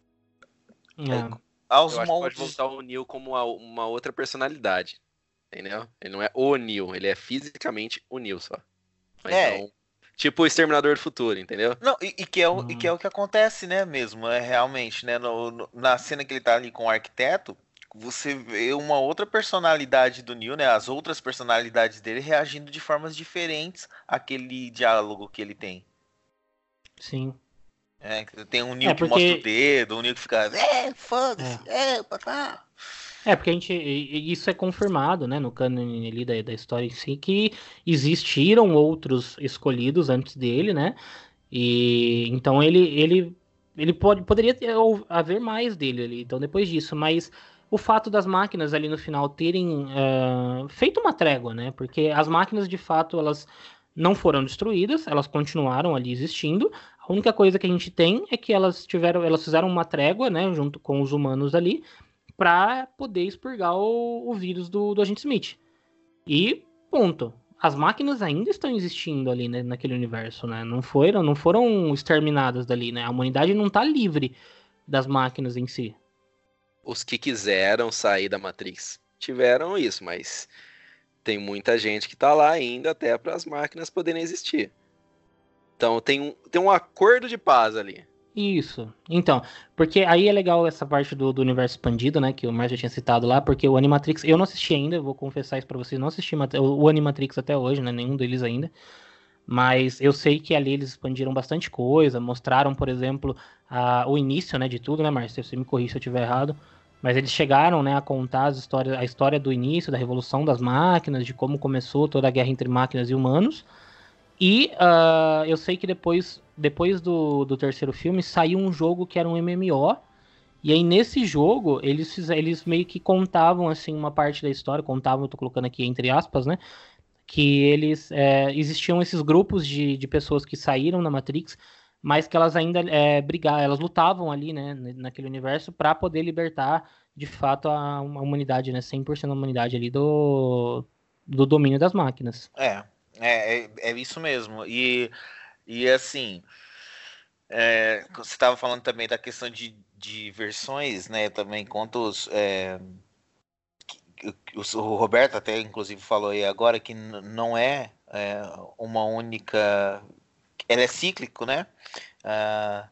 É. Aos Eu acho que pode moldes. voltar o Neo como uma, uma outra personalidade. Entendeu? Ele não é o Neo, ele é fisicamente o Neo só. É. Então, tipo o Exterminador do Futuro, entendeu? Não, e, e que é o, Hum. e que é o que acontece, né, mesmo, é realmente, né, no- no- na cena que ele tá ali com o arquiteto, você vê uma outra personalidade do Neo, né, as outras personalidades dele reagindo de formas diferentes àquele diálogo que ele tem. Sim. É, tem um Neo É, que mostra o porque. dedo, um Neo que fica, é, foda-se, é, papá. É, porque a gente. e- e Isso é confirmado, né, no cânone ali da, da história em si, que existiram outros escolhidos antes dele, né? E então ele, ele, ele pode, poderia ter, ou- haver mais dele ali, então depois disso, mas o fato das máquinas ali no final terem ah, feito uma trégua, né? Porque as máquinas de fato elas não foram destruídas, elas continuaram ali existindo. A única coisa que a gente tem é que elas tiveram, elas fizeram uma trégua, né, junto com os humanos ali, para poder expurgar o, o vírus do, do agente Smith. E ponto. As máquinas ainda estão existindo ali, né, naquele universo, né? Não foram, não foram exterminadas dali, né? A humanidade não tá livre das máquinas em si. Os que quiseram sair da Matrix tiveram isso, mas tem muita gente que tá lá ainda até para as máquinas poderem existir. Então tem um, tem um acordo de paz ali. Isso. Então, porque aí é legal essa parte do, do universo expandido, né? Que o Márcio já tinha citado lá, porque o Animatrix, eu não assisti ainda, eu vou confessar isso pra vocês, não assisti Mat- o, o Animatrix até hoje, né? Nenhum deles ainda. Mas eu sei que ali eles expandiram bastante coisa, mostraram, por exemplo, a, o início, né, de tudo, né, Márcio? Você me corrija se eu estiver errado. Mas eles chegaram, né, a contar as histórias, a história do início, da revolução das máquinas, de como começou toda a guerra entre máquinas e humanos. E ah, eu sei que depois, depois do, do terceiro filme saiu um jogo que era um M M O. E aí nesse jogo eles, fiz- eles meio que contavam assim uma parte da história, contavam, eu tô colocando aqui entre aspas, né? Que eles é, existiam esses grupos de, de pessoas que saíram da Matrix, mas que elas ainda é, brigavam, elas lutavam ali, né, naquele universo para poder libertar de fato a, a humanidade, né, cem por cento da humanidade ali do, do domínio das máquinas. É, é, é, é isso mesmo. E, e assim, é, você estava falando também da questão de, de versões, né? Também quantos. É, o, o Roberto até inclusive falou aí agora que n- não é, é uma única. Ela é cíclico, né? Ah,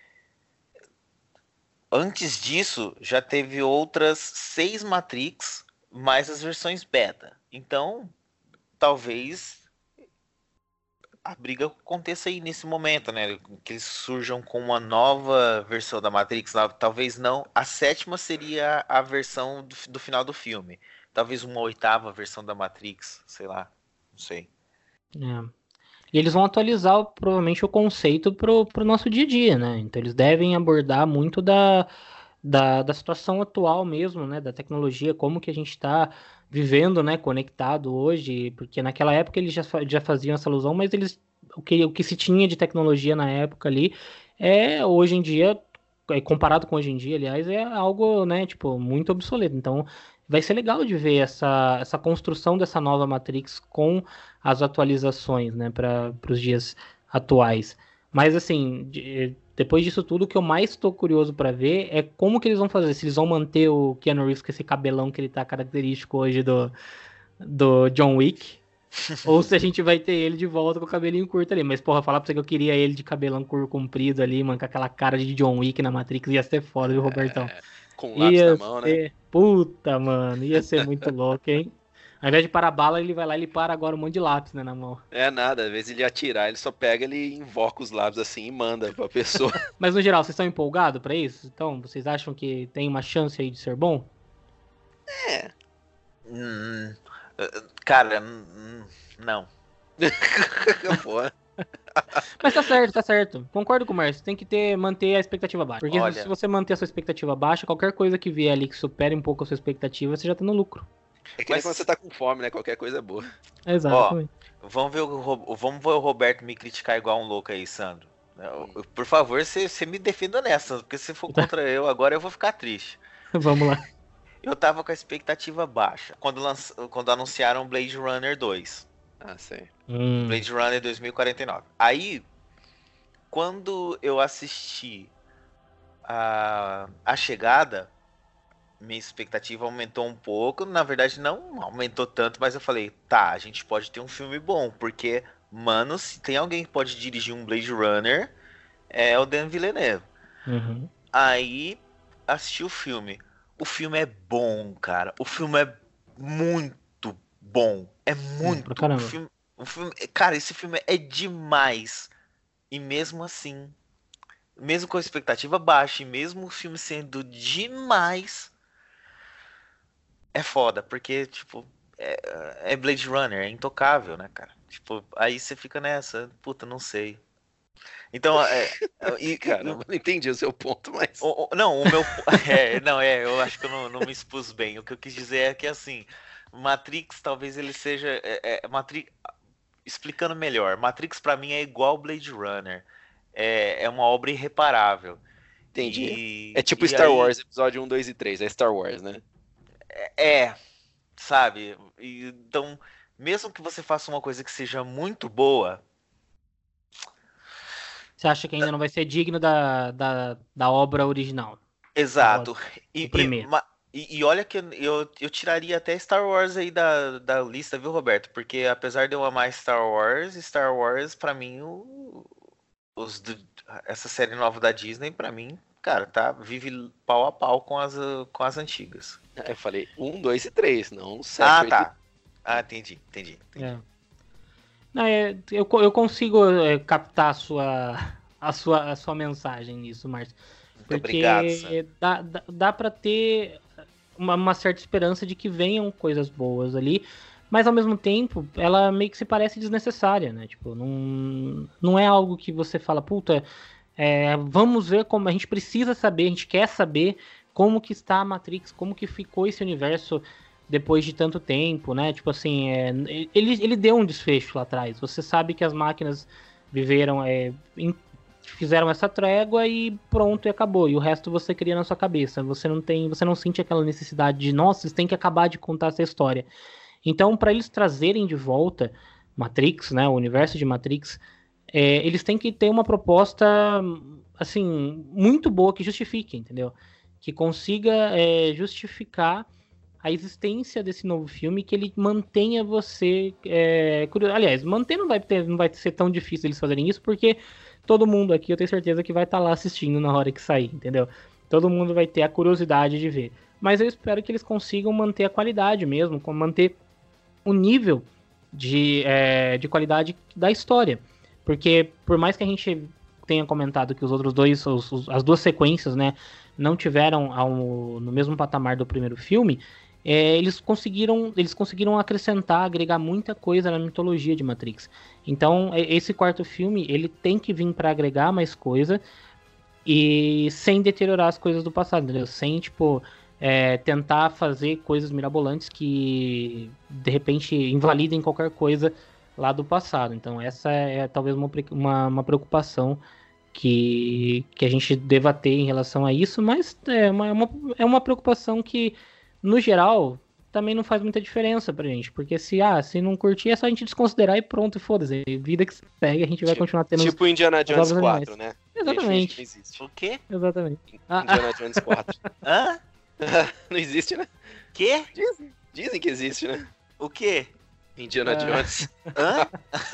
antes disso, já teve outras seis Matrix, mais as versões beta. Então, talvez a briga aconteça aí nesse momento, né? Que eles surjam com uma nova versão da Matrix. Talvez não. A sétima seria a versão do, do final do filme. Talvez uma oitava versão da Matrix, sei lá. Não sei. É. E eles vão atualizar provavelmente o conceito pro, pro nosso dia a dia, né? Então eles devem abordar muito da, da, da situação atual mesmo, né? Da tecnologia, como que a gente está vivendo, né? Conectado hoje, porque naquela época eles já, fa- já faziam essa alusão, mas eles o que, o que se tinha de tecnologia na época ali é hoje em dia, é, comparado com hoje em dia, aliás, é algo, né? Tipo, muito obsoleto. Então vai ser legal de ver essa, essa construção dessa nova Matrix com as atualizações, né, para os dias atuais. Mas assim, de- depois disso tudo, o que eu mais estou curioso para ver é como que eles vão fazer. Se eles vão manter o Keanu Reeves com esse cabelão que ele tá característico hoje do, do John Wick, ou se a gente vai ter ele de volta com o cabelinho curto ali. Mas, porra, falar pra você que eu queria ele de cabelão curto comprido ali, mano, com aquela cara de John Wick na Matrix, ia ser foda, viu, Robertão? É, com um lápis na Ia mão, né? ser. Puta, mano, ia ser muito louco, hein? Ao invés de parar bala, ele vai lá e ele para agora um monte de lápis, né, na mão. É nada, às vezes ele atirar, ele só pega, ele invoca os lábios assim e manda pra pessoa. Mas no geral, vocês estão empolgados pra isso? Então, vocês acham que tem uma chance aí de ser bom? É. Hum, cara, hum, não. Pô, Mas tá certo, tá certo. Concordo com o Márcio. Tem que ter, manter a expectativa baixa. Porque Olha. se você manter a sua expectativa baixa, qualquer coisa que vier ali que supere um pouco a sua expectativa, você já tá no lucro. é que nem Mas- quando você tá com fome, né? Qualquer coisa é boa. Exatamente. Vamos ver, o, Ro- vamos ver o Roberto me criticar igual um louco aí, Sandro. Eu- Por favor, você você me defenda nessa, porque se for contra eu agora eu vou ficar triste. Vamos lá. Eu tava com a expectativa baixa quando, lanç... quando anunciaram Blade Runner dois. Ah, sei. Hum, Blade Runner dois mil e quarenta e nove. Aí, quando eu assisti a, a Chegada, minha expectativa aumentou um pouco. Na verdade, não aumentou tanto, mas eu falei, tá, a gente pode ter um filme bom, porque, mano, se tem alguém que pode dirigir um Blade Runner, é o Dan Villeneuve. uhum. Aí, assisti o filme. O filme é bom, cara. O filme é muito bom. É muito. pra caramba. O filme, o filme, cara, esse filme é demais. E mesmo assim, mesmo com a expectativa baixa, e mesmo o filme sendo demais, é foda, porque, tipo, é, é Blade Runner, é intocável, né, cara? Tipo, aí você fica nessa, puta, não sei. Então, é. E, e- Caramba, não entendi o seu ponto, mas. o- o- não, o meu. É, não, é, eu acho que eu não, não me expus bem. O que eu quis dizer é que, assim, Matrix talvez ele seja. É, é, Matrix, explicando melhor, Matrix pra mim é igual Blade Runner. É, é uma obra irreparável. Entendi. E- É tipo e Star aí- Wars, episódio um, dois e três. É Star Wars, né? É, sabe? E, então, mesmo que você faça uma coisa que seja muito boa, Você acha que ainda não vai ser digno da, da, da obra original? exato. E, o e- primeiro. ma- e- e olha que eu, eu, eu tiraria até Star Wars aí da, da lista, viu, Roberto? Porque apesar de eu amar Star Wars, Star Wars, pra mim, o- os, do- essa série nova da Disney, pra mim, cara, tá, vive pau a pau com as, uh, com as antigas. Aí eu falei um, dois e três, não sete, Ah, oito tá. Ah, entendi, entendi. entendi. É. Não, é, eu, co- eu consigo é, captar a sua, a, sua, a sua mensagem nisso, Márcio. Muito Porque obrigado, Sam. dá, dá, dá pra ter uma, uma certa esperança de que venham coisas boas ali, mas ao mesmo tempo ela meio que se parece desnecessária, né? Tipo, não, não é algo que você fala, puta, é, vamos ver como a gente precisa saber, a gente quer saber como que está a Matrix, como que ficou esse universo depois de tanto tempo, né? Tipo assim, é, ele, ele deu um desfecho lá atrás. Você sabe que as máquinas viveram, é, em- fizeram essa trégua e pronto, e acabou. E o resto você cria na sua cabeça. Você não tem, você não sente aquela necessidade de, nossa, vocês têm que acabar de contar essa história. Então, para eles trazerem de volta Matrix, né, o universo de Matrix, é, eles têm que ter uma proposta, assim, muito boa que justifique, entendeu? Que consiga é, justificar a existência desse novo filme, que ele mantenha você é, curioso. Aliás, manter não vai, ter, não vai ser tão difícil eles fazerem isso, porque todo mundo aqui, eu tenho certeza que vai estar lá assistindo na hora que sair, entendeu? Todo mundo vai ter a curiosidade de ver. Mas eu espero que eles consigam manter a qualidade mesmo, com- manter o nível de, é, de qualidade da história. Porque por mais que a gente tenha comentado que os outros dois, os- os- as duas sequências, né, não tiveram ao- no mesmo patamar do primeiro filme, é, eles conseguiram eles conseguiram acrescentar, agregar muita coisa na mitologia de Matrix. Então, e- esse quarto filme, ele tem que vir para agregar mais coisa e sem deteriorar as coisas do passado, entendeu? Sem, tipo, é, tentar fazer coisas mirabolantes que, de repente, invalidem qualquer coisa lá do passado. Então, essa é talvez uma, pre- uma, uma preocupação que, que a gente deva ter em relação a isso, mas é uma, é uma, é uma preocupação que, no geral, também não faz muita diferença pra gente, porque se, ah, se não curtir, é só a gente desconsiderar e pronto, e foda-se, vida que segue, a gente vai Tipo- continuar tendo... os- Tipo Indiana Jones obras quatro, animais. né? Exatamente. Gente, não existe. O quê? Exatamente. Ah, Indiana Jones quatro. Hã? Não existe, né? Quê? Dizem, dizem que existe, né? O quê? Indiana Ah. Jones. Hã?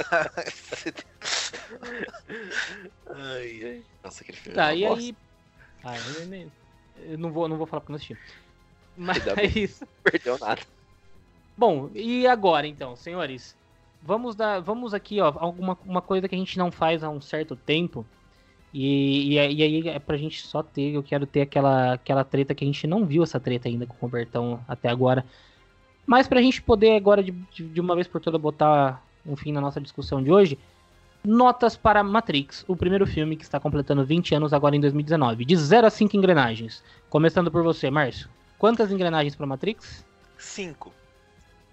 Ai, ai. Nossa, aquele filme. Tá, é e uma aí... Ah, eu, nem- eu não vou, não vou falar porque eu não assisti. Mas Ainda bem. isso... bosta, perdeu nada. Bom, e agora então, senhores? Vamos dar, vamos aqui, ó, alguma uma coisa que a gente não faz há um certo tempo. E, e, e aí é pra gente só ter, eu quero ter aquela, aquela treta que a gente não viu essa treta ainda com o Robertão até agora. Mas pra gente poder agora de, de, de uma vez por toda botar um fim na nossa discussão de hoje, notas para Matrix, o primeiro filme que está completando vinte anos agora em dois mil e dezenove. De zero a cinco engrenagens. Começando por você, Márcio. Quantas engrenagens para Matrix? Cinco.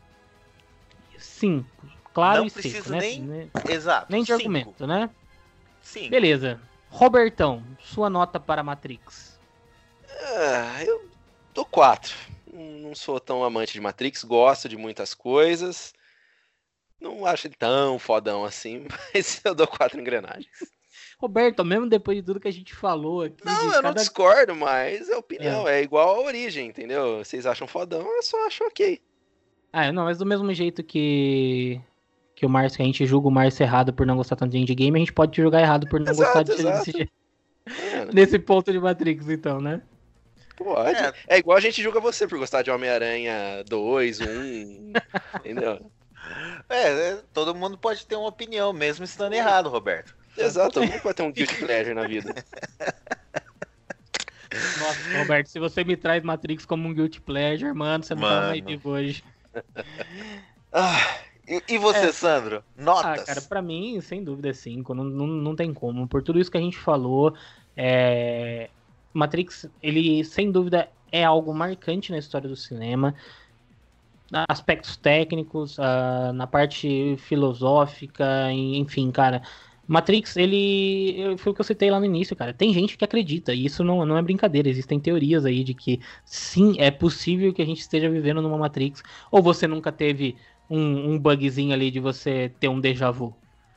cinco. Claro Não e preciso seco, né? nem- Ne- Exato. Nem de cinco. argumento, né? Sim. Beleza. Robertão, sua nota para Matrix. Ah, eu dou quatro. Não sou tão amante de Matrix, gosto de muitas coisas. Não acho ele tão fodão assim, mas eu dou quatro engrenagens. Roberto, mesmo depois de tudo que a gente falou aqui... Não, de eu não cada... discordo, mas é opinião. É. é igual a Origem, entendeu? Vocês acham fodão, eu só acho ok. Ah, não, mas do mesmo jeito que... que o Márcio, que a gente julga o Márcio errado por não gostar tanto de indie game, a gente pode te julgar errado por não Exato, gostar de, exato. desse, É, né? nesse ponto de Matrix, então, né? Pode. É. É. igual a gente julga você por gostar de Homem-Aranha dois, um, entendeu? É, é, todo mundo pode ter uma opinião, mesmo estando errado, Roberto. Exato, todo mundo pode ter um guilty pleasure na vida. Nossa, Roberto, se você me traz Matrix como um guilty pleasure, mano, você não tá mais Mano. vivo hoje. Ah, e, e você, É. Sandro? Ah, Notas? cara, pra mim, sem dúvida é cinco, não, não, não tem como. Por tudo isso que a gente falou, é... Matrix, ele sem dúvida é algo marcante na história do cinema. Aspectos técnicos, ah, na parte filosófica, enfim, cara. Matrix, ele foi o que eu citei lá no início, cara. Tem gente que acredita, e isso não, não é brincadeira. Existem teorias aí de que sim, é possível que a gente esteja vivendo numa Matrix. Ou você nunca teve um, um bugzinho ali de você ter um déjà vu.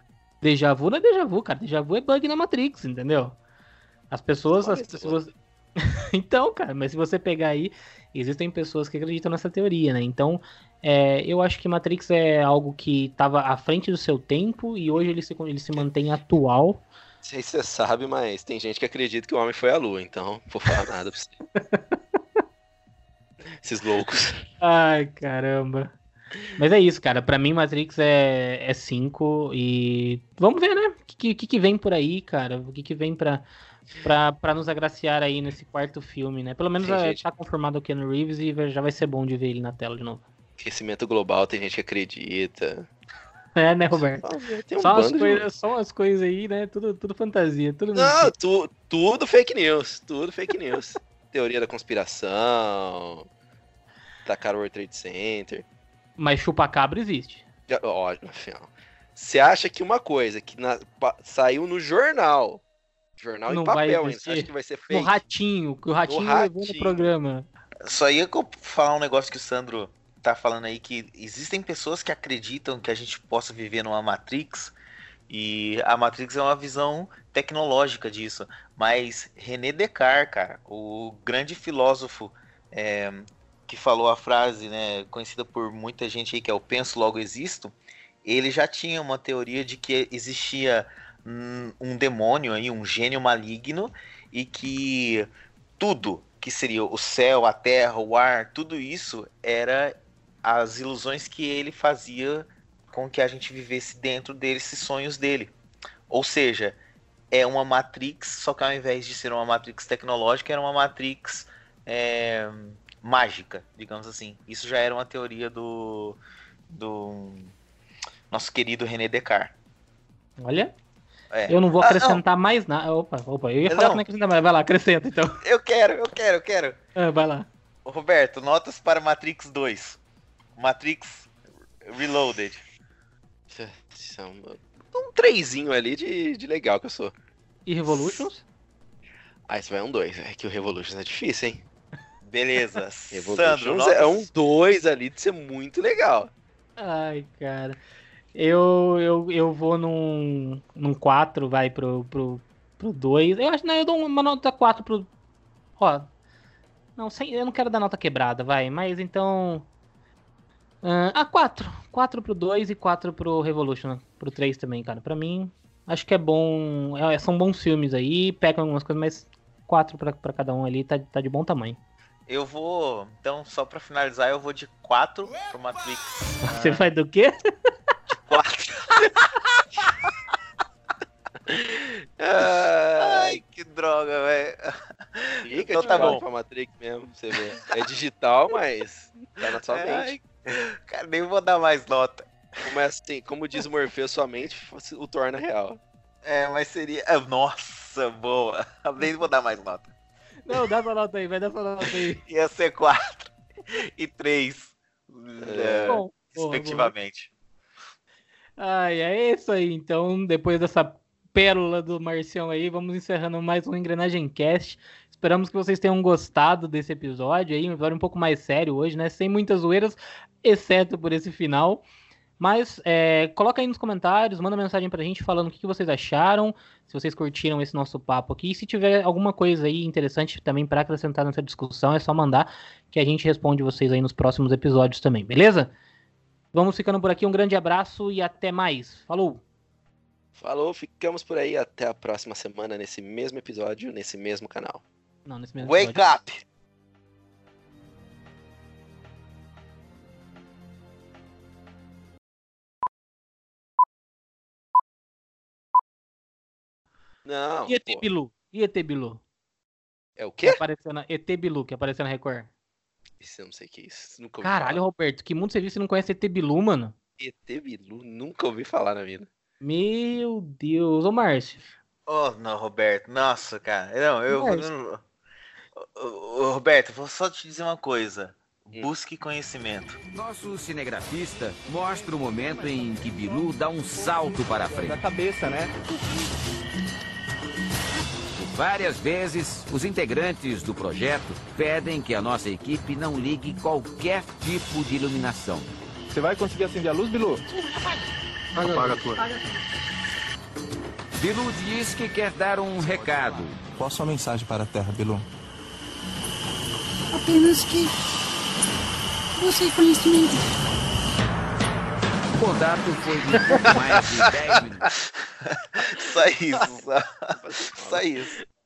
Déjà vu não é déjà vu, cara. Déjà vu é bug na Matrix, entendeu? As pessoas. As pessoas... Então, cara, mas se você pegar aí, existem pessoas que acreditam nessa teoria, né? Então, é, eu acho que Matrix é algo que estava à frente do seu tempo e hoje ele se, ele se mantém atual. Não sei se você sabe, mas tem gente que acredita que o homem foi à lua, então não vou falar nada pra você. Esses loucos. Ai, caramba. Mas é isso, cara. Pra mim, Matrix é cinco e vamos ver, né? O que, que, que vem por aí, cara? O que, que vem pra, pra, pra nos agraciar aí nesse quarto filme, né? Pelo menos Tem é, gente- tá confirmado o Keanu Reeves e vai- já vai ser bom de ver ele na tela de novo. Aquecimento global, tem gente que acredita. É, né, Roberto? Tem um Só as, bando de- coisas, só as coisas aí, né? Tudo, tudo fantasia, tudo Não, mentira. tu- tudo fake news. Tudo fake news. Teoria da conspiração. Tacaram o World Trade Center. Mas chupacabra existe. Já- Ó, afinal. Você acha que uma coisa que na- pa- saiu no jornal, jornal Não em vai papel ainda, existir. você acha que vai ser No fake? Ratinho, que o Ratinho levou no Ratinho. programa. Só ia co- falar um negócio que o Sandro tá falando aí, que existem pessoas que acreditam que a gente possa viver numa Matrix, e a Matrix é uma visão tecnológica disso. Mas René Descartes, cara, o grande filósofo é, que falou a frase, né, conhecida por muita gente aí, que é o penso, logo existo, ele já tinha uma teoria de que existia um, um demônio aí, um gênio maligno, e que tudo que seria o céu, a terra, o ar, tudo isso era as ilusões que ele fazia com que a gente vivesse dentro desses sonhos dele. Ou seja, é uma Matrix, só que ao invés de ser uma Matrix tecnológica, era uma Matrix é, mágica, digamos assim. Isso já era uma teoria do, do nosso querido René Descartes. Olha, É. eu não vou Ah, acrescentar mais nada. Opa, opa, eu ia falar Não. que não acrescentar mais. Vai lá, acrescenta então. Eu quero, eu quero, eu quero. Ah, vai lá. Roberto, notas para Matrix dois. Matrix Reloaded. São um trezinho ali de, de legal que eu sou. E Revolutions? Ah, isso vai um dois. É que o Revolutions é difícil, hein? Beleza. Sandro, Revolutions notas... é um dois ali de ser muito legal. Ai, cara. Eu, eu, eu vou num, num quatro, vai pro, pro, pro dois. Eu acho, não, eu dou uma nota quatro pro. Ó. Não, sem, eu não quero dar nota quebrada, vai. Mas então. ah, Ah, quatro. quatro pro dois e quatro pro Revolution. Pro três também, cara. Pra mim, acho que é bom. é- são bons filmes aí. Pecam algumas coisas, mas quatro pra, pra cada um ali tá, tá de bom tamanho. Eu vou, então, só pra finalizar, eu vou de quatro pro Matrix. Você vai do quê? quatro. Ah, Ai, que droga, velho. fica Então de tá fora bom. pra Matrix mesmo, pra você ver. É digital, mas tá na sua mente. Ai, cara, nem vou dar mais nota. Começa assim, como diz o Morpheus, sua mente o torna real. É, mas seria... ah, Nossa, boa. Nem vou dar mais nota. Não, dá essa nota aí, vai dar essa nota aí. Ia ser quatro e três, É. Bom, boa, respectivamente. Ai, é isso aí. Então, depois dessa pérola do Marcião aí, vamos encerrando mais um Engrenagem Cast. Esperamos que vocês tenham gostado desse episódio aí, um episódio um pouco mais sério hoje, né? Sem muitas zoeiras, exceto por esse final. Mas é, coloca aí nos comentários, manda mensagem pra gente falando o que vocês acharam, se vocês curtiram esse nosso papo aqui. E se tiver alguma coisa aí interessante também pra acrescentar nessa discussão, é só mandar que a gente responde vocês aí nos próximos episódios também, beleza? Vamos ficando por aqui, um grande abraço e até mais. Falou! Falou, ficamos por aí. Até a próxima semana, nesse mesmo episódio, nesse mesmo canal. Não, nesse mesmo Wake episódio. up! Não, E E T pô. Bilu? E E T Bilu? É o Que quê? apareceu na... E T Bilu, que apareceu na Record. Isso eu não sei o que é isso. Nunca ouvi Caralho, falar. Roberto, que mundo você viu se não conhece E T Bilu, mano? E T Bilu, nunca ouvi falar na vida. Meu Deus. Ô, Márcio. Oh, não, Roberto. Nossa, cara. Não, eu. Mas- eu- Ô, ô, Roberto, vou só te dizer uma coisa. Hum. Busque conhecimento. Nosso cinegrafista mostra o momento em que Bilu dá um salto para a frente. Da cabeça, né? Várias vezes, os integrantes do projeto pedem que a nossa equipe não ligue qualquer tipo de iluminação. Você vai conseguir acender a luz, Bilu? Apaga a tua. Bilu diz que quer dar um recado. Qual a sua mensagem para a Terra, Bilu? Apenas que busque conhecimento. O contato foi de pouco mais de dez minutos. Só isso, só, só isso.